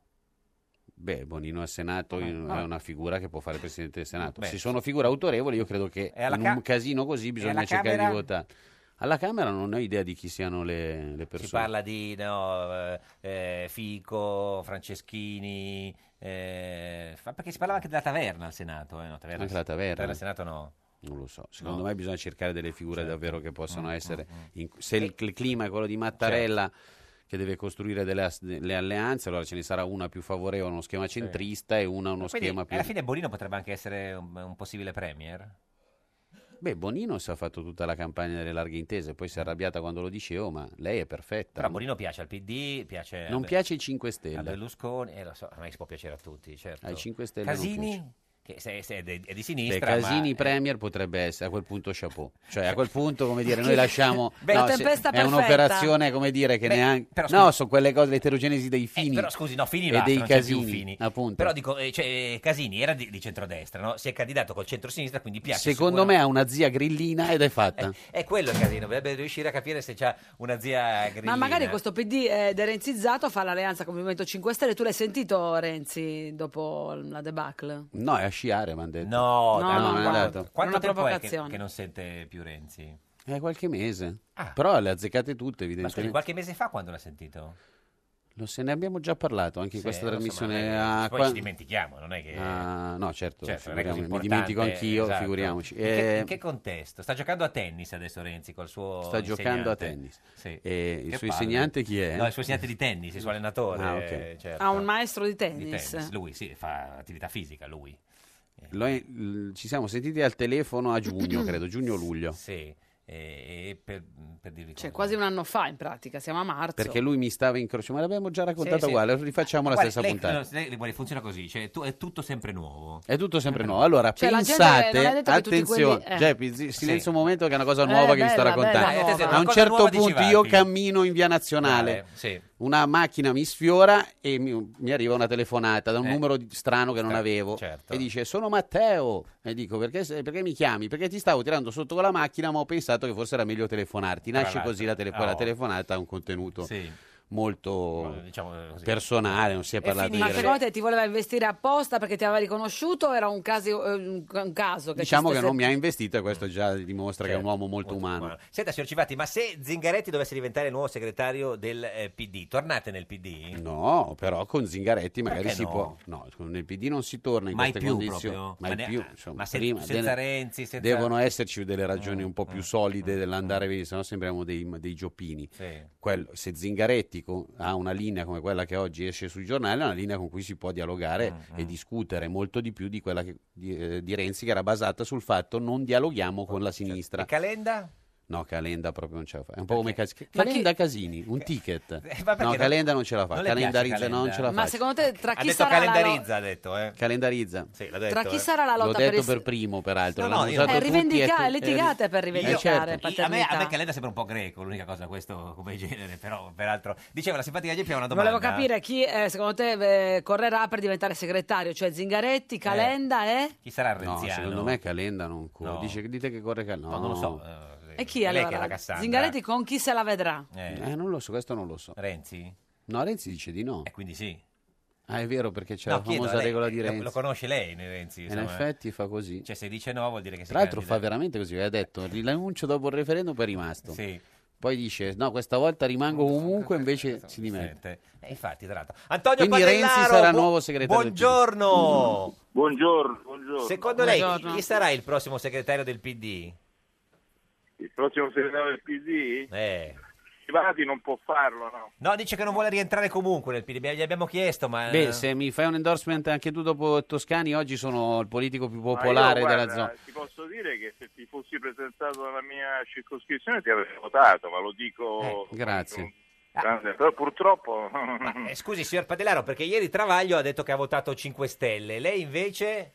Beh, Bonino al Senato è Ah. una figura che può fare Presidente del Senato. Beh, Se sono figure autorevoli, io credo che E alla in Ca- un casino così bisogna alla cercare Camera? di votare. Alla Camera non ho idea di chi siano le, le persone. Si parla di no, eh, eh, Fico, Franceschini, eh, fa- perché si parlava anche della taverna al Senato. Eh, no, taverna, Anche la taverna. al Senato no. Non lo so, secondo No. me bisogna cercare delle figure Certo. davvero che possano Mm, essere... mm, mm. in- se il, il clima è quello di Mattarella, che deve costruire delle, as- delle alleanze, allora ce ne sarà una più favorevole, uno schema centrista, e una uno Quindi, schema più... alla fine Bonino potrebbe anche essere un, un possibile premier? Beh, Bonino si è fatto tutta la campagna delle larghe intese, poi si è arrabbiata quando lo dicevo, ma lei è perfetta. Però Bonino piace al P D, piace... Non a- piace ai cinque a Stelle. Berlusconi, eh, lo so, non è che si può piacere a tutti, certo. Ai cinque Stelle non Casini, piace. che se, se è, di, è di Beh, sinistra, Casini ma... Premier potrebbe essere a quel punto chapeau, cioè a quel punto, come dire, noi lasciamo Beh, no, la se- tempesta è perfetta. un'operazione, come dire, che Beh, neanche però no, scusi- sono quelle cose, l'eterogenesi dei fini Però scusi, no, Fini e basta, dei non c'è più casini, Fini. appunto. Però dico, eh, cioè, Casini era di, di centrodestra, no? Si è candidato col centro-sinistra, quindi piace. Secondo me ha una zia grillina ed è fatta. È quello il casino, dovrebbe riuscire a capire se c'ha una zia grillina. Ma magari questo P D è derenzizzato, fa l'alleanza con il Movimento cinque Stelle. Tu l'hai sentito Renzi dopo la debacle? No, è a sciare, mi hanno detto. No, No, dai, no, non è guarda, andato. Quanto una tempo è che, provocazione. che non sente più Renzi? È qualche mese. Ah. Però le ha azzeccate tutte, Ma scusi, evidentemente. qualche mese fa quando l'ha sentito? Lo se ne abbiamo già parlato anche in Sì, questa lo so, trasmissione. ma, eh, a poi qua- ci dimentichiamo, non è che... Ah, no, certo, Certo, non è così figuriamo- mi importante, dimentico anch'io, esatto. figuriamoci. In che, Eh, in che contesto? Sta giocando a tennis adesso Renzi col suo Sta giocando a insegnante? tennis. Sì. E il Che suo palle. insegnante chi è? No, il suo insegnante di tennis, il suo allenatore. Ah, ok. eh, certo. Ha un maestro di Di tennis. tennis, lui sì, fa attività fisica, lui. Lo- l- ci siamo sentiti al telefono a giugno, credo, giugno-luglio. Sì, e, e per, per dirvi Cioè, cosa. quasi un anno fa, in pratica, siamo a marzo. Perché lui mi stava incrociando, ma l'abbiamo già raccontato Sì, sì. uguale, rifacciamo la Guardi, stessa lei- puntata. no, lei- guardi, funziona così, cioè, tu- è tutto sempre nuovo. È tutto sempre nuovo. Allora, Cioè, la gente pensate, non è detto che tutti attenzione, quelli- eh. Geppi, zi- silenzio Sì. un momento che è una cosa Eh, nuova che vi sto bella, raccontando. bella, nuova. A un Cosa certo nuova di punto Civardi. io cammino in via Nazionale, Vale, sì. una macchina mi sfiora e mi, mi arriva una telefonata da un Eh. numero di- strano che non Sta- avevo certo. e dice sono Matteo e dico perché, se- perché mi chiami? Perché ti stavo tirando sotto con la macchina ma ho pensato che forse era meglio telefonarti. Tra Nasce l'altro. così la, telefo- Oh. la telefonata, ha un contenuto Sì. molto Diciamo così. personale, non si è parlato finì- di Ma rela- secondo te ti voleva investire apposta perché ti aveva riconosciuto o era un caso, eh, un, un caso che Diciamo ci che stesse- non mi ha investito e questo già dimostra che è un Certo, uomo molto umano. umano. Senta, signor Civati, ma se Zingaretti dovesse diventare il nuovo segretario del eh, P D, tornate nel P D? No, però con Zingaretti magari Perché si no? può. No, con il P D non si torna in Mai queste più condizioni. proprio? Mai Ma ne- più. Insomma, ma se- prima senza delle- Renzi, senza- devono esserci delle ragioni Mm, un po' più solide dell'andare e venire, sennò sembriamo dei, dei gioppini. Sì. Quello- se Zingaretti co- ha una linea come quella che oggi esce sui giornali, è una linea con cui si può dialogare Mm, e discutere molto di più di quella che- di, eh, di Renzi, che era basata sul fatto non dialoghiamo con la sinistra. E Calenda? No, Calenda proprio non ce la fa. È un po' come Cas- Ma Calenda chi- Casini, un ticket. Eh, ma perché No, non- Calenda non ce la fa. non le piace Calendarizza, Calenda? no, non ce la fa. Ma secondo te tra Ha chi detto sarà la calendarizza, ha detto, eh? Calendarizza. Sì, l'ha detto, Tra chi eh. sarà la L'ho lotta per detto il- per primo, peraltro. No, no, l'hanno io- usato Eh, tutti rivendica- e tu- litigate per rivendicare Eh, certo. I- A me, paternità. a me Calenda sembra un po' greco, l'unica cosa questo come genere, però peraltro diceva la simpatica Geppi ha una domanda. Volevo capire chi eh, secondo te eh, correrà per diventare segretario, cioè Zingaretti, Calenda e... chi sarà il No, renziano? secondo me Calenda non corre. No. Dice, dite che corre Calenda. No, non lo so. eh, E chi è lei allora? che è la Cassandra. Zingaretti con chi se la vedrà? Eh, Eh, non lo so, questo non lo so. Renzi? No, Renzi dice di no. E quindi sì. Ah, è vero, perché c'è No, la chiedo famosa a lei, regola di lo- Renzi. Lo conosce lei, Renzi? E in insomma, effetti fa così. Cioè, se dice no vuol dire che si Tra l'altro fa candida. veramente così, ha detto, l'annuncio dopo il referendum poi è rimasto. Sì. Poi dice, no, questa volta rimango comunque, invece si dimette. E infatti, tra l'altro. Antonio Quindi Padellaro, Renzi sarà bu- nuovo segretario del P D. Buongiorno. Buongiorno, buongiorno. Secondo lei chi, Buongiorno. chi sarà il prossimo segretario del P D? Il prossimo segretario del P D? Eh. Civati non può farlo, no? No, dice che non vuole rientrare comunque nel P D. Gli abbiamo chiesto, ma... Beh, se mi fai un endorsement anche tu dopo Toscani, oggi sono il politico più Ma io, popolare guarda, della zona. ti posso dire che se ti fossi presentato nella mia circoscrizione ti avrei votato, ma lo dico Eh, grazie. con grande, però purtroppo... Eh, scusi, signor Padellaro, perché ieri Travaglio ha detto che ha votato cinque Stelle, lei invece...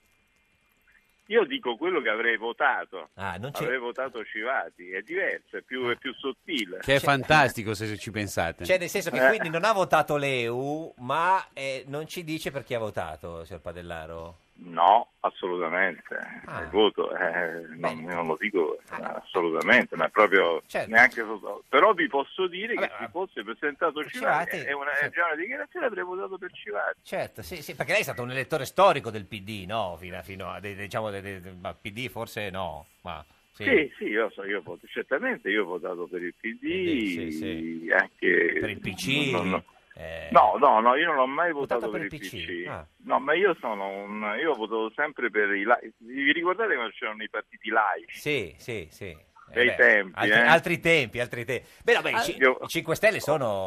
Io dico quello che avrei votato, Ah, non c'è- avrei votato Civati, è diverso, è più, è più sottile. Che è fantastico se ci pensate. Cioè, nel senso che Eh. quindi non ha votato l'E U, ma eh, non ci dice per chi ha votato, signor Padellaro? No, assolutamente, Ah. il voto eh, non, io non lo dico assolutamente, ma è proprio Certo. neanche sotto- però vi posso dire che se fosse presentato Civati, Civati, è una, è già una dichiarazione, avrei votato per Civati. Certo, sì, sì, perché lei è stato un elettore storico del P D, no? Fino a, fino a de- diciamo, de- de- ma P D forse no, ma... Sì. Sì, sì, io so, io voto, certamente io ho votato per il P D, P D, sì, anche Per il P C? no, no. eh, No, no, no, io non ho mai votato, Votato per, per il il P C. P C, ah. No, ma io sono un io ho votato sempre per i laici. Vi ricordate quando c'erano i partiti laici? Sì, sì, sì. Dei beh, tempi, altri, eh? altri tempi, altri tempi. Beh, no, beh, i, Ah, ci- io- i cinque Stelle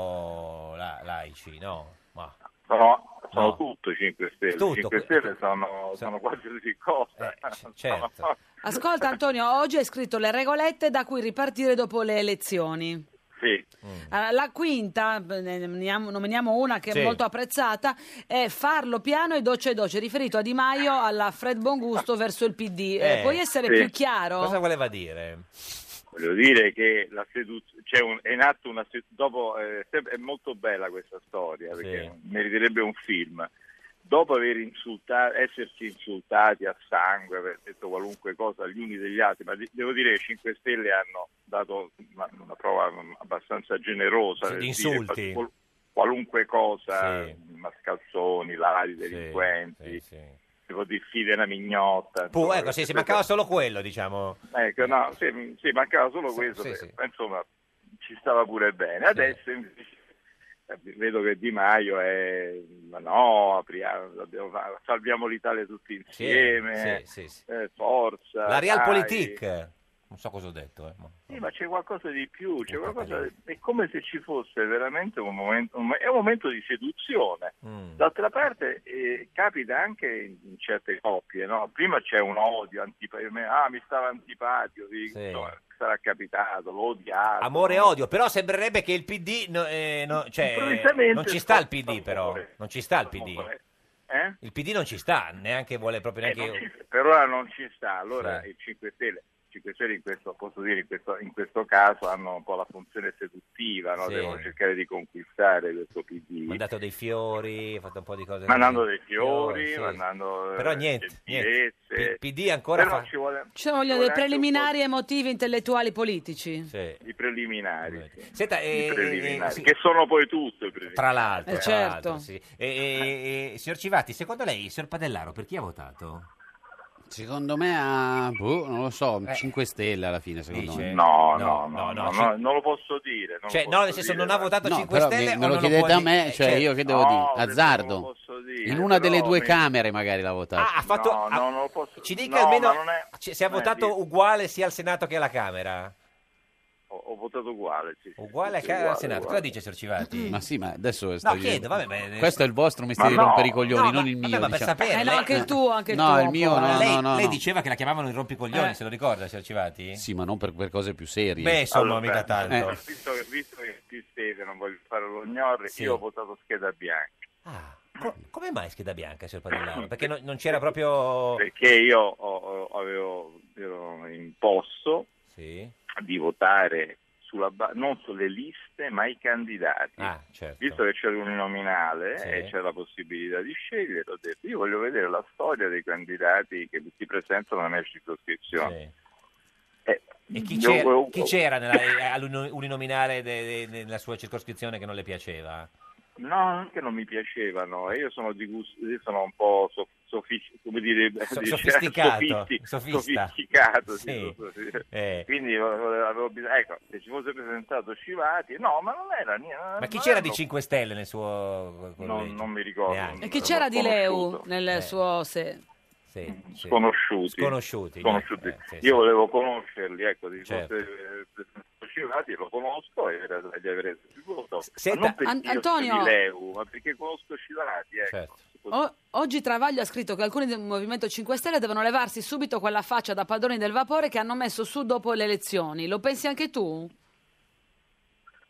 sono la- laici, no? Ma... No, sono No. tutto cinque Stelle. Tutto. cinque Stelle sono, sono qualsiasi cosa. certo. Ascolta Antonio, oggi hai scritto le regolette da cui ripartire dopo le elezioni. Sì. Allora, la quinta, ne nominiamo, nominiamo una che Sì. è molto apprezzata, è farlo piano e doce doce, riferito a Di Maio, alla Fred Bongusto verso il P D. Eh, Eh, puoi essere sì. più chiaro? Cosa voleva dire? Voglio dire che la seduzione c'è un, è in atto una se- dopo eh, sem- è molto bella questa storia perché meriterebbe un film. Dopo aver insultato, essersi insultati a sangue, aver detto qualunque cosa agli uni degli altri, ma de- devo dire che i cinque Stelle hanno dato una, una prova abbastanza generosa Sì, nel di dire insulti. qual- qualunque cosa, Sì. mascalzoni, ladri, delinquenti, tipo diffide una mignotta. Pu- insomma, ecco, sì, sì, queste mancava cose. solo quello, diciamo. Ecco, no, sì, sì, mancava solo questo, sì, perché, sì. insomma, ci stava pure bene. Adesso invece eh, vedo che Di Maio è, ma no, apriamo, dobbiamo fa- salviamo l'Italia tutti insieme, sì, sì, sì. eh, forza. La Realpolitik. dai. Non so cosa ho detto. Eh. ma- Sì, ma c'è qualcosa di più, c'è qualcosa, è come se ci fosse veramente un momento, un- è un momento di seduzione. Mm. D'altra parte eh, capita anche in, in certe coppie, no? Prima c'è un odio, antipa- ah mi stava antipatico, vi- Sì. insomma, sarà capitato, l'ho odiato. Amore e no? odio, però sembrerebbe che il P D no, eh, no, cioè, Improvvisamente non ci sta il P D sta- però, non ci sta il P D. Eh? Il P D non ci sta, neanche vuole proprio Eh, neanche... non ci- per ora non ci sta, allora Sì. il cinque Stelle, cinque Stelle in questo, posso dire, in questo, in questo caso hanno un po' la funzione seduttiva, no? Sì. Devono cercare di conquistare questo P D. mandato dei fiori, ha fatto un po' di cose. Mandando così. dei fiori, sì. mandando Però eh, niente, niente. gentilezze. P- PD ancora Però fa... ci vuole, Ci vogliono ci dei vuole anche preliminari emotivi, intellettuali, politici. Sì. i preliminari, sì. Senta, I eh, preliminari, eh, sì. che sono poi tutto i preliminari. Tra l'altro, Eh, tra certo. l'altro, sì. E, e- e- signor Civati, secondo lei, signor Padellaro, per chi ha votato? Secondo me ha, boh, non lo so, cinque Stelle alla fine, secondo Dice? me. No, No, no, no, no, no, ci- no, non lo posso dire. Non Cioè, lo no, posso nel senso, dire, non ha ma- votato No, cinque però Stelle me, o me lo non chiedete può a dire? me, Eh, cioè certo. io che devo No, dire? non lo Azzardo. posso dire, In una delle però due mi- camere magari l'ha votato. Ah, ha fatto... No, ha- no, non lo posso- Ci dica no, almeno ma non è- ci- se ha non è votato vero. uguale sia al Senato che alla Camera. Ho, ho votato uguale. Sì, sì, Uguale sì, al uguale, Senato. uguale. Cosa dice, signor Civati? Ma sì, ma adesso No, sto chiedo, dicendo- vabbè, beh, Questo è il vostro mestiere Ma di no, rompere i coglioni, no, non ma- il vabbè, mio. ma per diciamo. sapere, Eh no, lei- anche il tuo, anche il No, tuo. il mio un po', no, eh. lei, no, no, lei no. diceva che la chiamavano i rompicoglioni, Eh. se lo ricorda, signor Civati? Sì, ma non per, per cose più serie. Beh, insomma, Allora, mica tanto. eh. Visto, che, visto che ti stese, non voglio fare lo gnorri, Sì. io ho votato scheda bianca. Ah, co- come mai scheda bianca, signor Padellaro? Perché non, non c'era proprio... Perché io ho- ho- avevo ero imposto Sì. di votare sulla ba- non sulle liste, ma i candidati. Ah, certo. Visto che c'è l'uninominale Sì. e c'è la possibilità di scegliere, ho detto io voglio vedere la storia dei candidati che si presentano nella mia circoscrizione. Sì. Eh, E chi io- c'era, io- chi c'era nella- all'uninominale de- de- nella sua circoscrizione che non le piaceva? No, non che non mi piacevano, io sono di gusto, io sono un po' sof- sofis- come dire, So- dice- sofisticato, sofisti- sofista. sofisticato, sì, Sì. so- so- Eh. quindi avevo avevo bisogno, ecco, se ci fosse presentato Civati, no, ma non era niente. Ma chi c'era di cinque Stelle nel suo Non, collegio? non mi ricordo. Neanche. E chi c'era di Leu Sconosciuto. nel Eh. suo... Se... Sì, sì. Sconosciuti. Sconosciuti, Sconosciuti. niente, eh, sì, Io sì. volevo conoscerli, ecco, di Certo. fosse eh, presentato Civati, lo conosco e era- gli avrei dato il voto. Senta- Ma non perché An- io Antonio- sia di Leu, ma perché conosco Civati, ecco. Certo. O- oggi Travaglio ha scritto che alcuni del Movimento cinque Stelle devono levarsi subito quella faccia da padroni del vapore che hanno messo su dopo le elezioni. Lo pensi anche tu?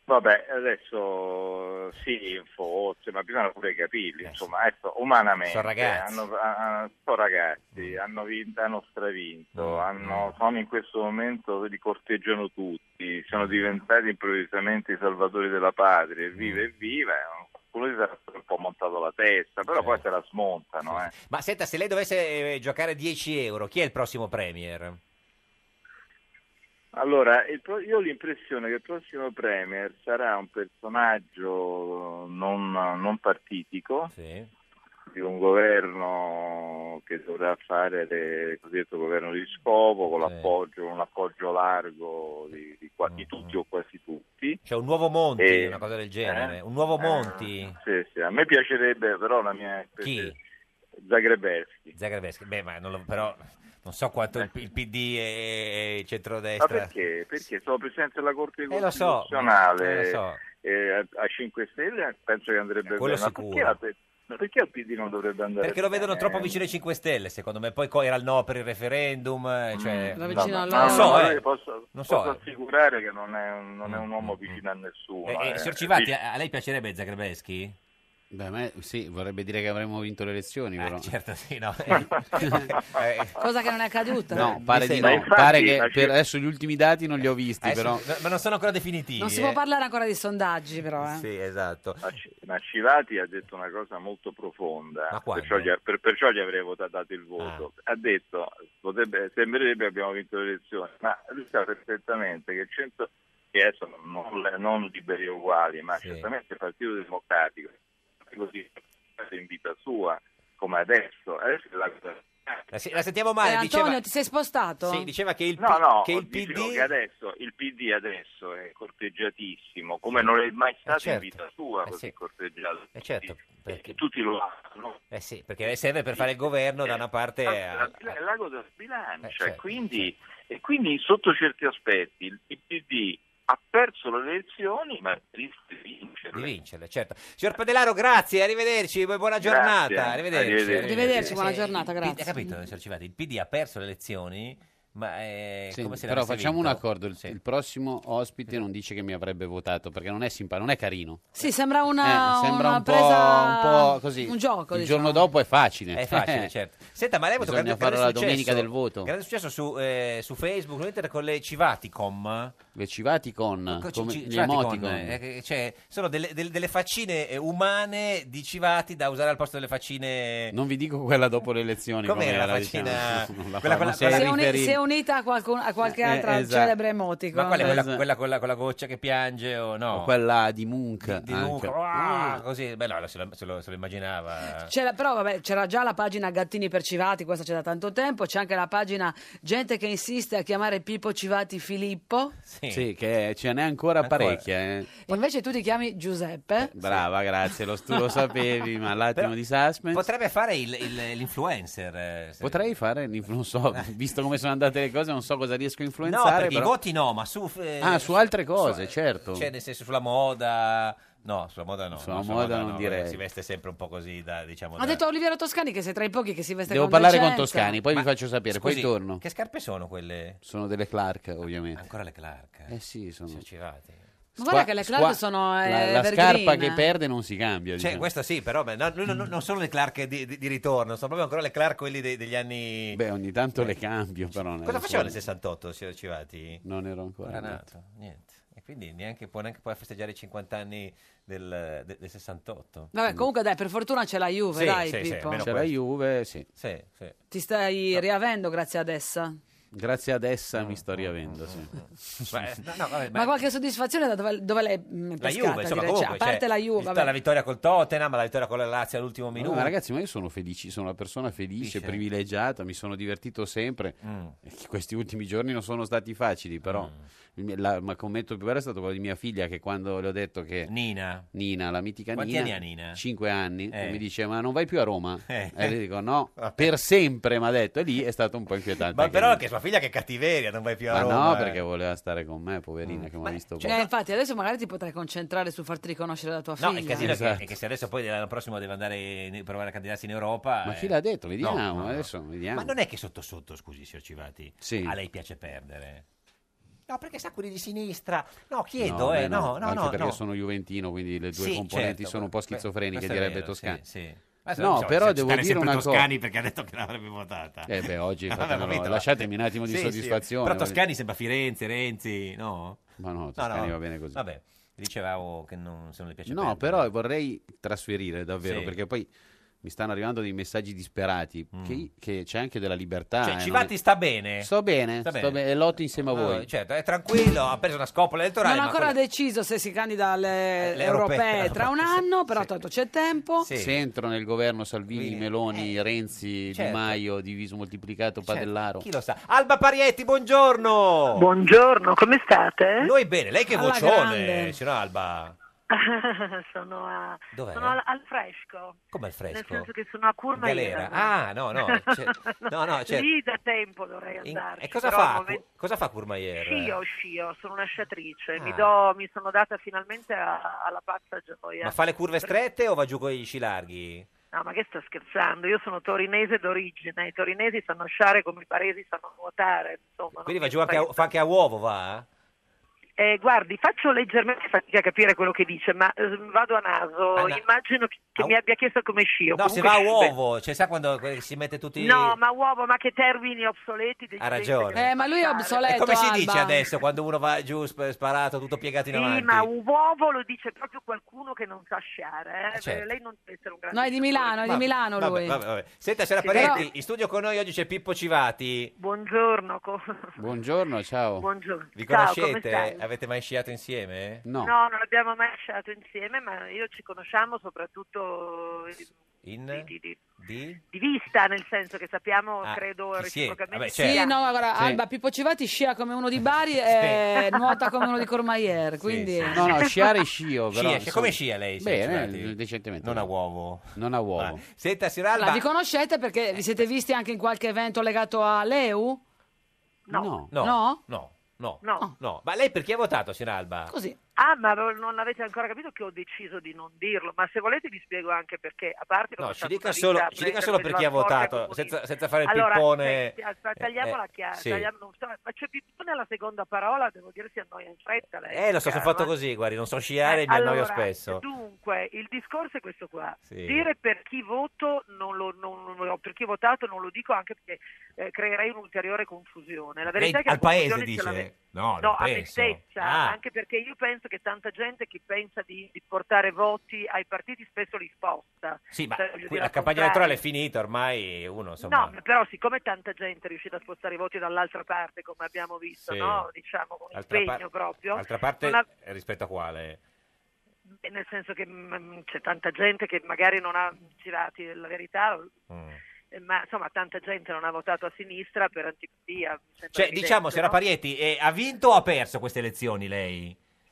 Vabbè, adesso sì, forse, ma bisogna pure capirli, insomma, adesso umanamente Sono ragazzi. hanno, hanno, sono ragazzi, hanno vinto, hanno stravinto, Mm. hanno, sono in questo momento, li corteggiano tutti, sono diventati improvvisamente i salvatori della patria, evviva, evviva, qualcuno si sarà un po' montato la testa, però poi se la smontano. Eh. Ma senta, se lei dovesse eh, giocare dieci euro, chi è il prossimo premier? Allora, il pro- io ho l'impressione che il prossimo Premier sarà un personaggio non, non partitico, di un governo che dovrà fare il cosiddetto governo di scopo, con l'appoggio, un appoggio largo di, di, qua- di tutti o quasi tutti. Cioè un nuovo Monti, E- una cosa del genere. eh? Un nuovo Eh, Monti. Sì, sì, a me piacerebbe, però la mia... Chi? Zagrebelski. Zagrebeschi. Beh, ma non lo- però non so quanto il, il P D e, e il Ma centrodestra. perché? Perché sono presidente della Corte Eh, lo so, Costituzionale eh, lo so. eh, a, a cinque Stelle penso che andrebbe Eh, quello bene. Ma sicuro. perché, la- ma perché il P D non dovrebbe andare Perché lo bene? vedono troppo vicino ai cinque Stelle, secondo me. Poi co- era il no per il referendum. eh, Cioè... No, no, non no, so, no, eh. io posso, Non so, posso eh. assicurare che non è un, non è un uomo vicino a nessuno. Eh, eh, eh. signor Civati, Sì. a a lei piacerebbe Zagrebeschi? Beh, a me sì, vorrebbe dire che avremmo vinto le elezioni, però. certo, sì, no. Cosa che non è accaduta. No, pare Mi di sembra- no. Ma infatti, Pare che ma per adesso gli ultimi dati non li ho visti, Adesso- però. no, ma non sono ancora definitivi. Non si eh. può parlare ancora di sondaggi, però. Eh. Sì, esatto. Ma C- Ma Civati ha detto una cosa molto profonda, Ma quando? perciò gli, per- perciò gli avrei votato dato il voto. Ah. Ha detto, potrebbe, sembrerebbe che abbiamo vinto le elezioni, ma lui sa perfettamente che il centro, che adesso non, non liberi e uguali, ma certamente il Partito Democratico, così in vita sua, come adesso, adesso è la cosa. La, se- la sentiamo Eh, male, Antonio, diceva... ti sei spostato? Sì, diceva che il, No, P- no, che il P dicevo D... che adesso il P D adesso è corteggiatissimo, come non è mai stato certo. in vita sua Eh, così sì. corteggiato. Eh, certo, perché... E tutti lo hanno. Eh sì, perché serve per fare il governo da una parte... a- È l'ago della sbilancia, Eh, certo, e, quindi, e quindi sotto certi aspetti il il P D ha perso le elezioni, ma rischia di vincerle. Di vincerle, certo. Signor Padelaro, grazie, arrivederci, bu- buona giornata. Grazie, Arrivederci. arrivederci. Arrivederci, buona Sì, giornata, il P D grazie. Ha capito, signor Civati? Il P D ha perso le elezioni, ma è Sì, come se però l'avesse facciamo vinto. un accordo, il, il prossimo ospite non dice che mi avrebbe votato perché non è simpatico, non è carino. Sì, sembra una, Eh, sembra una un po', presa... un po' così. Un gioco, Il diciamo. giorno dopo è facile. È facile, certo. Senta, ma lei ha avuto Bisogna grande, farlo grande la domenica successo- del voto. Grande successo su, eh, su Facebook, lo intende con le Civaticom. Le Civaticon, Co- come ci- gli Civaticon, emoticon. eh, che- cioè, sono delle, delle- delle faccine eh, umane di Civati da usare al posto delle faccine... Non vi dico quella dopo le elezioni. Com'era com'era, la faccina? diciamo. Non la Quella- fa- quella- non si è Si è, uni- riferito. si è unita a, qualcun- a qualche Eh, altra esatto. celebre emotico. Ma qual è quella, Esatto. quella con, la, con la goccia che piange o no? O quella di Munch. Di anche. Luca, ah, così, beh, no, se lo, se lo- se lo immaginava. C'era, però vabbè, c'era già la pagina Gattini per Civati, questa c'è da tanto tempo, c'è anche la pagina Gente che insiste a chiamare Pippo Civati Filippo, Sì, che ce n'è ancora parecchia. eh. e invece tu ti chiami Giuseppe. Brava, grazie, lo, tu lo sapevi, ma l'attimo Però di suspense. Potrebbe fare il- il- l'influencer. eh, se- Potrei fare, l'inf- non so, visto come sono andate le cose, non so cosa riesco a No, influenzare. perché però- i voti no, ma su... eh, Ah, su altre cose, su- certo. Cioè, nel senso, sulla moda... No, sulla moda no. Sulla no, moda non no, direi. Si veste sempre un po' così da, diciamo... Ha da- detto Oliviero Toscani che sei tra i pochi che si veste Devo con parlare con decenza. Toscani, poi Ma- vi faccio sapere, scusi, poi torno. Che scarpe sono quelle? Sono delle Clark, ovviamente. Ancora le Clark? Eh sì, sono... Signor Civati. Ma guarda che le Clark Squa- sono eh, La, la evergreen. scarpa che perde non si cambia. Cioè, diciamo. questo sì, però beh, no, no, no, non sono le Clark di, di- di ritorno, sono proprio ancora le Clark quelli dei- degli anni... Beh, ogni tanto le cambio, però. non Cosa so. faceva nel sessantotto, signor Civati? Non ero ancora Era nato. nato, niente. E quindi neanche, può neanche poi festeggiare i cinquanta anni del, de- del sessantotto. Vabbè, comunque dai, per fortuna c'è la Juve, Sì, dai sì, sì, Pippo. almeno C'è la Juve, sì. Sì, sì. Ti stai riavendo grazie ad essa. Grazie ad essa mi sto riavendo, sì. Ma, no, no, vabbè, Ma qualche soddisfazione da dove, dove l'hai mh, la pescata? Juve, insomma, direi? Cioè, comunque, a parte cioè, la Juve, il- vabbè. la vittoria col Tottenham, la vittoria con la Lazio all'ultimo minuto. Ma ragazzi, ma io sono felice, sono una persona felice, Dice? privilegiata, mi sono divertito sempre. Mm. E che questi ultimi giorni non sono stati facili, però il- la, ma il commento più bello è stato quello di mia figlia, che quando le ho detto che Nina. Nina, la mitica Quanti Nina, anni ha Nina? cinque anni, Eh. e mi dice ma non vai più a Roma? Eh. E le dico no, per sempre mi ha detto, e lì è stato un po' inquietante. Ma anche però lì. anche sua figlia che cattiveria, non vai più a Ma Roma. no, eh. perché voleva stare con me, poverina, che mi ha visto Cioè, poco. infatti adesso magari ti potrai concentrare su farti riconoscere la tua No, figlia. il casino è che- Esatto. è che se adesso poi l'anno prossimo deve andare in- provare a candidarsi in Europa. Ma eh, chi l'ha detto? Vediamo, no, no, no. adesso vediamo. Ma non è che sotto sotto, scusi, signor Civati, Sì. a lei piace perdere. No, perché sa quelli di sinistra. No, chiedo, No, eh, beh, no, no, no, anche no. perché no. sono juventino, quindi le due Sì, componenti certo, sono un po' que- schizofreniche, questo è direbbe vero, Toscani. sì, sì. Ma se No, non so, però se devo stare dire sempre una cosa. Toscani perché ha detto che l'avrebbe votata. Eh beh, oggi Vabbè, fatemelo- capito, ma- lasciatemi un attimo di Sì, sì. soddisfazione. Però Toscani sembra Firenze, Renzi, no? Ma no, Toscani va bene così. Vabbè, dicevamo che non, se non le piace No, perdere. però vorrei trasferire davvero, Sì. perché poi mi stanno arrivando dei messaggi disperati, che, che c'è anche della libertà. Cioè, eh, Civati non- sta bene? Sto bene, Sta sto bene. bene, e lotto insieme a No, voi. certo, è tranquillo, ha preso una scopola elettorale. Non ha ma ancora quella- deciso se si candida alle Le europee, europee, tra un anno, però tanto c'è tempo. Se entro nel governo Salvini, Meloni, Renzi, certo. Di Maio, diviso moltiplicato, Padellaro. Chi lo sa? Alba Parietti, buongiorno! Buongiorno, come state? Noi bene, lei che Alla vocione, grande. signora Alba. sono a, Dov'è? sono al, al fresco. Come al fresco? Nel senso che sono a Courmayeur. Galera. Ah, no, no. c'è- no, no, c'è- Lì da tempo dovrei in- andarci. E cosa però al fa? momento- Cu- Cosa fa Courmayeur? Scio, scio, sono una sciatrice, mi, Ah. do, mi sono data finalmente a- alla pazza gioia. Ma fa le curve strette o va giù con i sci larghi? No, ma che sta scherzando? Io sono torinese d'origine, i torinesi sanno sciare come i paresi sanno nuotare, insomma. Quindi non va giù mi anche a, frega. fa anche a uovo, va? Eh, guardi, faccio leggermente fatica a capire quello che dice, ma eh, vado a naso, Ah, na- immagino che, che a- mi abbia chiesto come scio. No, se comunque- va a uovo, cioè sa quando que- si mette tutti... No, ma uovo, ma che termini obsoleti. degli Ha ragione. Eh, ma lui è obsoleto, E come si Alba. dice adesso quando uno va giù sp- sparato, tutto piegato in Sì, avanti? ma un uovo lo dice proprio qualcuno che non sa sciare. Eh? Eh, certo. Lei non deve essere un grande No, è di Milano, è di Vabbè, Milano vabbè, lui. vabbè, vabbè. Senta, signora Sì, però- Parietti, in studio con noi oggi c'è Pippo Civati. Buongiorno. co- Buongiorno, ciao. Buongiorno. Vi Ciao, come conoscete? stai? Avete mai sciato insieme? No. No, non abbiamo mai sciato insieme, ma io ci conosciamo soprattutto In? di, di- Di? di vista, nel senso che sappiamo, Ah, credo, chi siete? reciprocamente. Vabbè, Sì, certo. no, guarda, Sì. Alba Pippo Civati scia come uno di Bari e nuota come uno di Courmayeur, quindi... No, no, sciare scio, però. Scia, insomma. come scia lei, signor Bene, Civati? decentemente. Non a uovo. Non a uovo. Ah. Senta, signora Allora, Alba... vi conoscete perché vi siete visti anche in qualche evento legato all'E U? No. No. No, No? no, no, No. no. Ma lei per chi ha votato, signora Alba? Così. Ah, ma non avete ancora capito che ho deciso di non dirlo, ma se volete vi spiego anche perché, a parte che ho No, ci passato dica una solo, vita a ci dica prendermi solo per chi ha la forca votato, comunista. senza, senza fare il Allora, pippone. senti, aspetta, tagliamola eh, chiara, sì. tagliamo- non sto- ma c'è pippone alla seconda parola, devo dire si annoia in fretta lei. Eh, lo so, sono caro, fatto eh. così, guardi, non so sciare e mi Allora, annoio spesso. Dunque, il discorso è questo qua. Sì. Dire per chi voto non lo, non, non- no, per chi ho votato non lo dico anche perché eh, creerei un'ulteriore confusione. La verità Lei è che al la paese confusione ce dice? l'ave- No, non No, a me penso. stessa, Ah. anche perché io penso che tanta gente che pensa di, di portare voti ai partiti spesso li sposta. Sì, ma Cioè, voglio qui dire, la al campagna contrario. elettorale è finita, ormai uno, insomma... No, però siccome tanta gente è riuscita a spostare i voti dall'altra parte, come abbiamo visto, Sì. no? Diciamo con Altra impegno par- proprio. Altra parte, non ha- rispetto a quale? Beh, nel senso che mm, c'è tanta gente che magari non ha girati la verità, Mm. eh, ma insomma tanta gente non ha votato a sinistra per antipatia. mi sembra Cioè, evidente, diciamo, signora no? Parietti, eh, ha vinto o ha perso queste elezioni lei?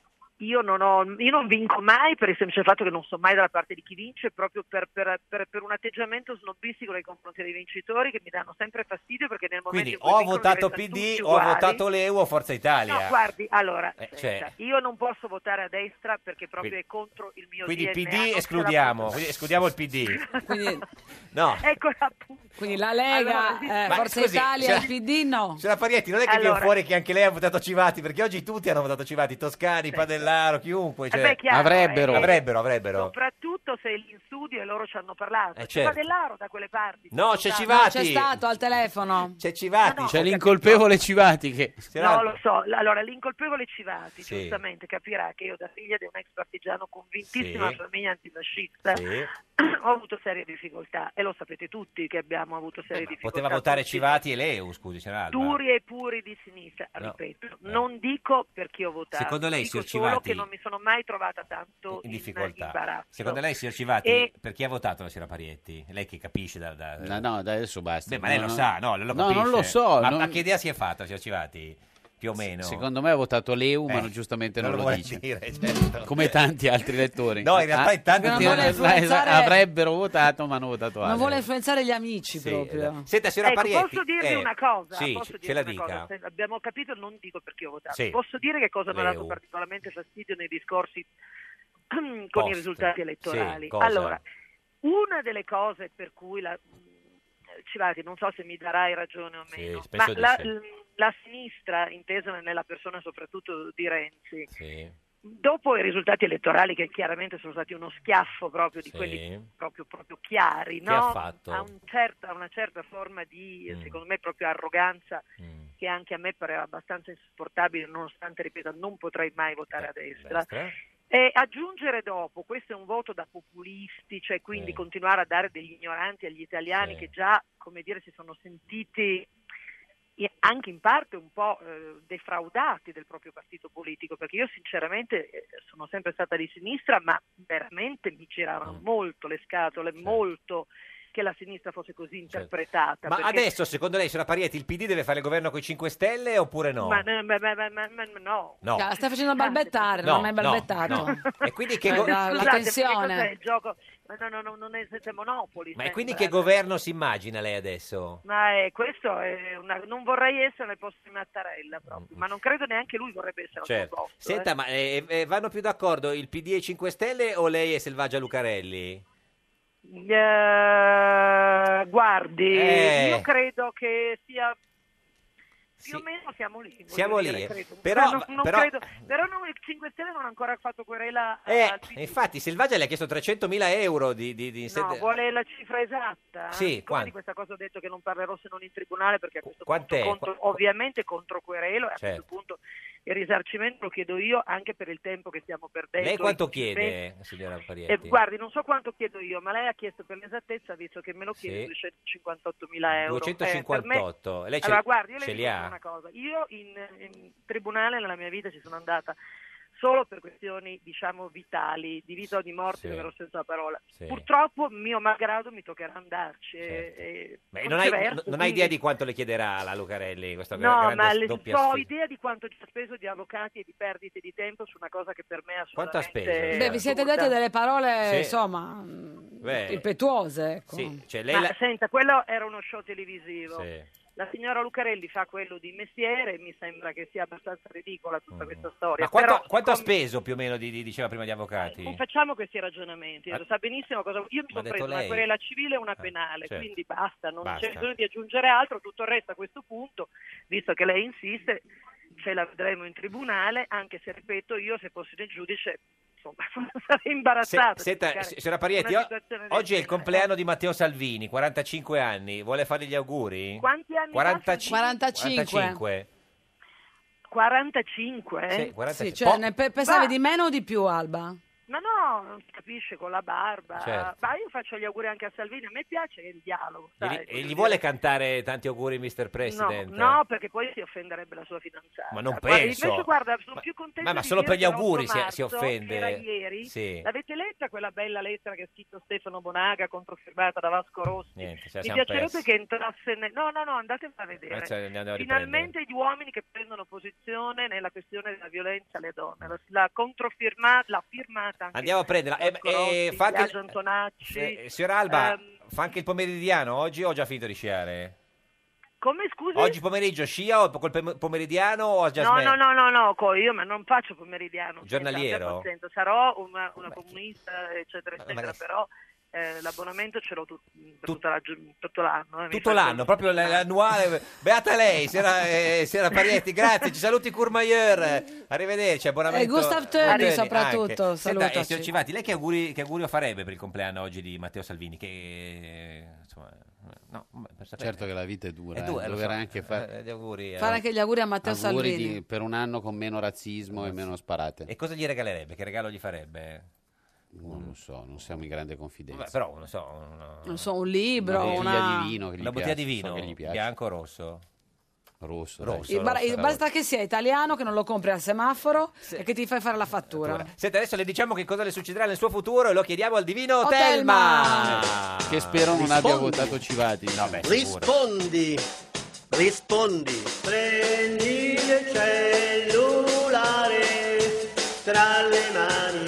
Io non, ho, io non vinco mai per il semplice fatto che non sono mai dalla parte di chi vince, proprio per, per- per- per un atteggiamento snobbistico nei confronti dei vincitori che mi danno sempre fastidio perché nel momento Quindi in cui o ha vincono votato diventano P D tutti o ha uguali. votato l'E U o Forza Italia. No, guardi, allora, Eh, senta, cioè- io non posso votare a destra perché proprio Quindi- è contro il mio Quindi D N A. P D non ce la escludiamo, posso- quindi escludiamo il P D. Quindi, No. Ecco appunto. quindi la Lega, Allora, sì. eh, Ma Forza scusi, Italia cioè- e il P D no. Signora Parietti, non è che viene Allora- fuori che anche lei ha votato Civati, perché oggi tutti hanno votato Civati, Toscani, Padellaro, chiunque. Cioè... Eh beh, chiaro, Avrebbero. eh, Avrebbero, avrebbero. Soprattutto se è in studio e loro ci hanno parlato. Eh, C'è certo. Padellaro da quelle parti. No, scusate. c'è No, Civati. c'è stato al telefono. C'è Civati. No, no. C'è l'incolpevole Civati che... Signora- No, lo so. Allora, l'incolpevole Civati, Sì. giustamente, capirà che io da figlia di un ex partigiano convintissimo Sì. della famiglia antifascista Sì. ho avuto serie difficoltà e lo sapete tutti che abbiamo avuto serie difficoltà. Poteva votare tutti. Civati e l'E U, scusi, signora Alba. Duri e puri di sinistra, No. ripeto, Eh. non dico per chi ho votato, Secondo lei, dico signor solo Civati- che non mi sono mai trovata tanto in in difficoltà. imbarazzo. Secondo lei, signor Civati, E- per chi ha votato la signora Parietti? Lei che capisce da... da- No, no, dai, adesso basta. Beh, ma lei No, lo no. sa, no, lei lo No, capisce. non lo so. Ma, non- ma che idea si è fatta, signor Civati? Più o meno. Secondo me ha votato l'E U, ma Eh, non- giustamente non non, lo lo vuole dice. dire, certo. Come tanti altri lettori. No, in realtà in tanti non Ti- vuole eh, influenzare- avrebbero votato, ma hanno votato Non altri. vuole influenzare gli amici Sì, proprio. esatto. Senta, signora Ecco, Parietti... posso dirvi eh, una cosa? Sì, posso ce dirvi la una dica. cosa? Se abbiamo capito, non dico perché ho votato. Sì. Posso dire che cosa mi ha L'E dato U. particolarmente fastidio nei discorsi con Post. i risultati elettorali? Sì, cosa? Allora, una delle cose per cui la Civati, non so se mi darai ragione o Sì, meno, penso ma di la- sì. l- la sinistra, intesa nella persona soprattutto di Renzi, Sì. dopo i risultati elettorali che chiaramente sono stati uno schiaffo proprio di Sì. quelli proprio, proprio chiari, Che no? ha fatto? Ha un certa, una certa forma di, Mm. secondo me, proprio arroganza che anche a me pareva abbastanza insopportabile, nonostante, ripeto, non potrei mai votare a destra. Destra? E aggiungere dopo, questo è un voto da populisti, cioè quindi continuare a dare degli ignoranti agli italiani Sì. che già, come dire, si sono sentiti i- anche in parte un po' eh, defraudati del proprio partito politico, perché io sinceramente eh, sono sempre stata di sinistra, ma veramente mi giravano molto le scatole, molto che la sinistra fosse così interpretata. Ma perché- adesso, secondo lei, signora Parietti, il P D deve fare il governo con i cinque Stelle oppure no? Ma, ma- ma- ma- ma- ma- ma- no. No. La stai facendo balbettare, No, non hai no, balbettato. no. E quindi che Eh, go- la, la Scusate, tensione. perché cos'è il gioco? Ma no, no, no, non è senza Monopoli. Ma e sembra. quindi che governo si immagina lei adesso? Ma è, questo è una, non vorrei essere nel posto di Mattarella proprio, ma non credo neanche lui vorrebbe essere al suo Certo. posto. Senta, eh. ma eh, eh, vanno più d'accordo il P D e i cinque Stelle o lei e Selvaggia Lucarelli? Eh, guardi, Eh. io credo che sia più Sì. o meno siamo lì. voglio Siamo dire, lì, eh. credo. Però- non, non però- credo, però non, il cinque Stelle non ha ancora fatto querela Eh, al P D. infatti Selvaggia le ha chiesto trecentomila euro di... di, di No, sette- vuole la cifra esatta. Sì, Siccome quanto? di questa cosa ho detto che non parlerò se non in tribunale, perché a questo Quant'è? punto contro- ovviamente contro querelo e a Certo. questo punto il risarcimento lo chiedo io anche per il tempo che stiamo perdendo. Lei quanto I- chiede, signora Eh, Parietti? guardi, non so quanto chiedo io, ma lei ha chiesto per l'esattezza, visto che me lo chiede, Sì. duecentocinquantomila euro. duecentocinquantotto. Eh, per me- Lei ce- allora, guardi, io le ce li dico ha? una cosa. Io in, in tribunale nella mia vita ci sono andata solo per questioni, diciamo, vitali, di vita o di morte, Sì. nel vero senso della parola. Sì. Purtroppo, mio malgrado, mi toccherà andarci. Certo. e- e Ma non hai, viceversa, non hai quindi- idea di quanto le chiederà la Lucarelli? Questa No, grande ma le, doppia ho sfida? idea di quanto ci ha speso di avvocati e di perdite di tempo su una cosa che per me è Quanto ha assolutamente... speso? Beh, vi siete assurda. dette delle parole, Sì. insomma, Beh, impetuose. Ecco. sì, cioè lei Ma la- senta, quello era uno show televisivo. Sì. La signora Lucarelli fa quello di mestiere e mi sembra che sia abbastanza ridicola tutta questa storia. Ma quanto, Però, quanto ha siccome- speso più o meno, di, di- diceva prima, gli avvocati? Non facciamo questi ragionamenti, Ah. lo sa benissimo cosa... Io mi Ma ha sono detto preso una lei? querela civile e una penale, certo. quindi basta, non Basta. c'è bisogno di aggiungere altro, tutto il resto a questo punto, visto che lei insiste, ce la vedremo in tribunale, anche se, ripeto, io se fossi del giudice, insomma, sarei Se- imbarazzata. di senta, giudicare s- signora Parietti, una o- situazione del oggi è il genere. compleanno di Matteo Salvini, quarantacinque anni. Vuole fargli gli auguri? Quanti anni ha quarantacinque. quarantacinque. quarantacinque. quarantacinque? Sì, quarantacinque. Sì, cioè, Po- ne pe- pensavi Va. di meno o di più, Alba? Ma no, non si capisce con la barba. Certo. Ma io faccio gli auguri anche a Salvini, a me piace il dialogo. E sai, gli, e voglio gli dire. vuole cantare tanti auguri, mister No, President? no, perché poi si offenderebbe la sua fidanzata. Ma non Guarda, penso. Invece, guarda, sono Ma- più contenta ma- ma di solo dire per gli che l'otto auguri si- si marzo, offende. che era ieri. Sì. L'avete letta quella bella lettera che ha scritto Stefano Bonaga, controfirmata da Vasco Rossi? Niente, ce la Mi siamo piacerebbe persi. che entrasse... ne- No, no, no, andatela a vedere. Eh, cioè, ne andiamo a Finalmente gli uomini che prendono posizione nella questione della violenza alle donne. La, la controfirmata, l'ha firmata anche Andiamo a prenderla. Eh, Vasco eh, Rossi, fa anche- Biagio Antonacci. Eh, signora Alba, Ehm, fa anche il pomeridiano oggi o ho già finito di sciare? come scusi? Oggi pomeriggio scia o col pom- pomeridiano o ha già No, smesso? no, no, no, no, co- io ma non faccio pomeridiano. Giornaliero? Abbia pazienza, sarò una, una comunista, eccetera, eccetera, magari- però eh, l'abbonamento ce l'ho tut- per tutta la gi- tutto l'anno. eh, mi Tutto faccio- l'anno, proprio l- l'annuale. Beata lei, signora, eh, signora Parietti, grazie. Ci saluti Courmayeur. Arrivederci, abbonamento. E Gustav Töni Töni soprattutto, anche. Senta, salutaci. eh, signor Civati, lei che, auguri, che augurio farebbe per il compleanno oggi di Matteo Salvini? Che, eh, insomma, no, per sapere. Certo che la vita è dura, È dura, eh, lo dovrà so. anche fare Eh, gli auguri, eh. Fare anche gli auguri a Matteo auguri Salvini. di- per un anno con meno razzismo e meno sparate. E cosa gli regalerebbe? Che regalo gli farebbe? Non lo so, non siamo in grande confidenza. Vabbè, però, non so, una, Non so, un libro, Una bottiglia una... di vino che gli una bottiglia piace, di so vino, che gli piace. bianco o rosso? Rosso. Rosso. Il bar- rosso, il- basta che sia italiano, che non lo compri al semaforo e che ti fai fare la fattura. Senta, adesso le diciamo che cosa le succederà nel suo futuro e lo chiediamo al divino Oh, Telma. Che spero non Rispondi. abbia votato Civati. No, beh, sicuro. Rispondi, rispondi. Prendi il cellulare tra le mani.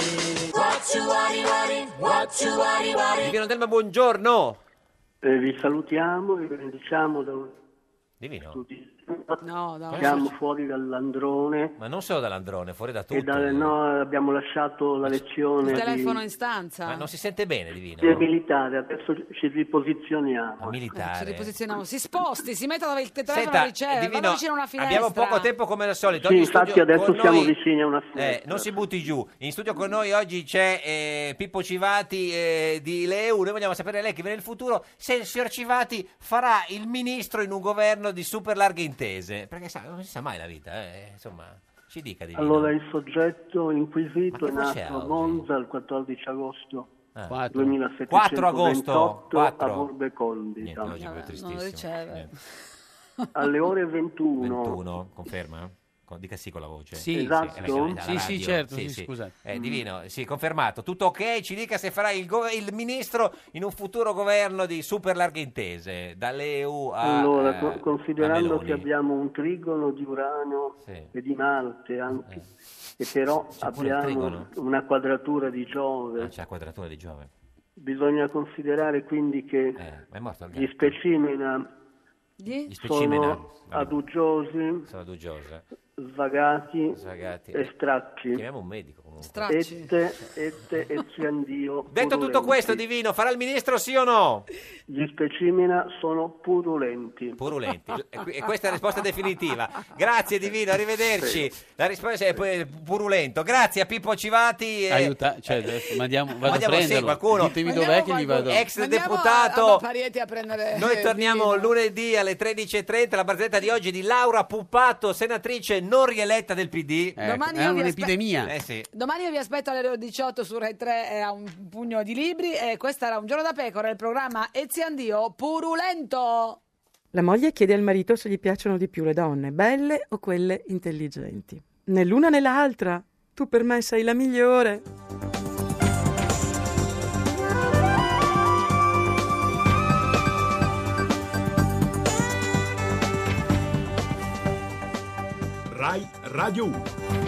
Divino Telma, buongiorno. Eh, vi salutiamo, vi benediciamo da un Divino. studi- No, no. Siamo fuori dall'androne Ma non solo dall'androne, fuori da tutto. e dalle, no, abbiamo lasciato la lezione Il di, telefono in stanza. Ma non si sente bene, Divino? di militare, adesso ci riposizioniamo. A militare. Ci riposizioniamo. Si sposti, si metta dove il telefono Senta, riceve, Divino, vada vicino a una finestra. abbiamo poco tempo come al solito. Sì, Oggi in infatti studio adesso con siamo noi- vicini a una Eh, finestra. non si butti giù. In studio con noi oggi c'è eh, Pippo Civati eh, di Leu. Noi vogliamo sapere lei che viene nel futuro se il signor Civati farà il ministro in un governo di super larghe intese. Perché sa, non si sa mai la vita, eh. Insomma, ci dica Divino. Allora, il soggetto inquisito è Ma che c'è nato a oggi? Monza il quattordici agosto Ah. duemilasettecentoventotto quattro agosto, quattro. a Borbe Condita. Niente, oggi è proprio Non lo tristissimo. riceve. Niente. Alle ore ventuno, ventuno, conferma? Con- Dica sì con la voce. Sì, Esatto. è la chiamata Sì, alla sì, radio. certo, sì, scusate. Eh, Mm. Divino, sì, confermato. Tutto ok? Ci dica se farà il, go- il ministro in un futuro governo di super larghe intese, dall'E U a allora, eh, co- a considerando Meloni. che abbiamo un trigono di Urano Sì. Eh. e di Marte anche, e però C'è pure il abbiamo trigono? una quadratura di Giove, Ah, c'è la quadratura di Giove. bisogna considerare quindi che Ma è morto il gli gatto. specimena Gli specimena sono adugiosi, sono aduggiose. svagati, Svagati. e stracci. Chiamiamo un medico comunque. Stracci. Ette, ette e ziandio. Detto tutto questo, Divino, farà il ministro sì o no? Gli specimena sono purulenti. Purulenti. E qui- e questa è la risposta definitiva. Grazie Divino, arrivederci. La risposta è poi purulento. Grazie a Pippo Civati. e- Aiuta, cioè, adesso mandiamo, vado Mandiamo, a sì, prenderlo. qualcuno. Ditemi dov'è che gli vado. Ex Andiamo deputato. a, a Baparieti a prendere Noi torniamo lunedì alle tredici e trenta. La barzelletta di oggi di Laura Puppato, senatrice non rieletta del P D. Domani io vi aspe- Eh sì. Domani io vi aspetto alle ore diciotto su Rai tre e a un pugno di libri e questo era Un giorno da pecora, il programma Eziandio purulento. La moglie chiede al marito se gli piacciono di più le donne, belle o quelle intelligenti. Né l'una né l'altra. Tu per me sei la migliore. Rai Radio uno.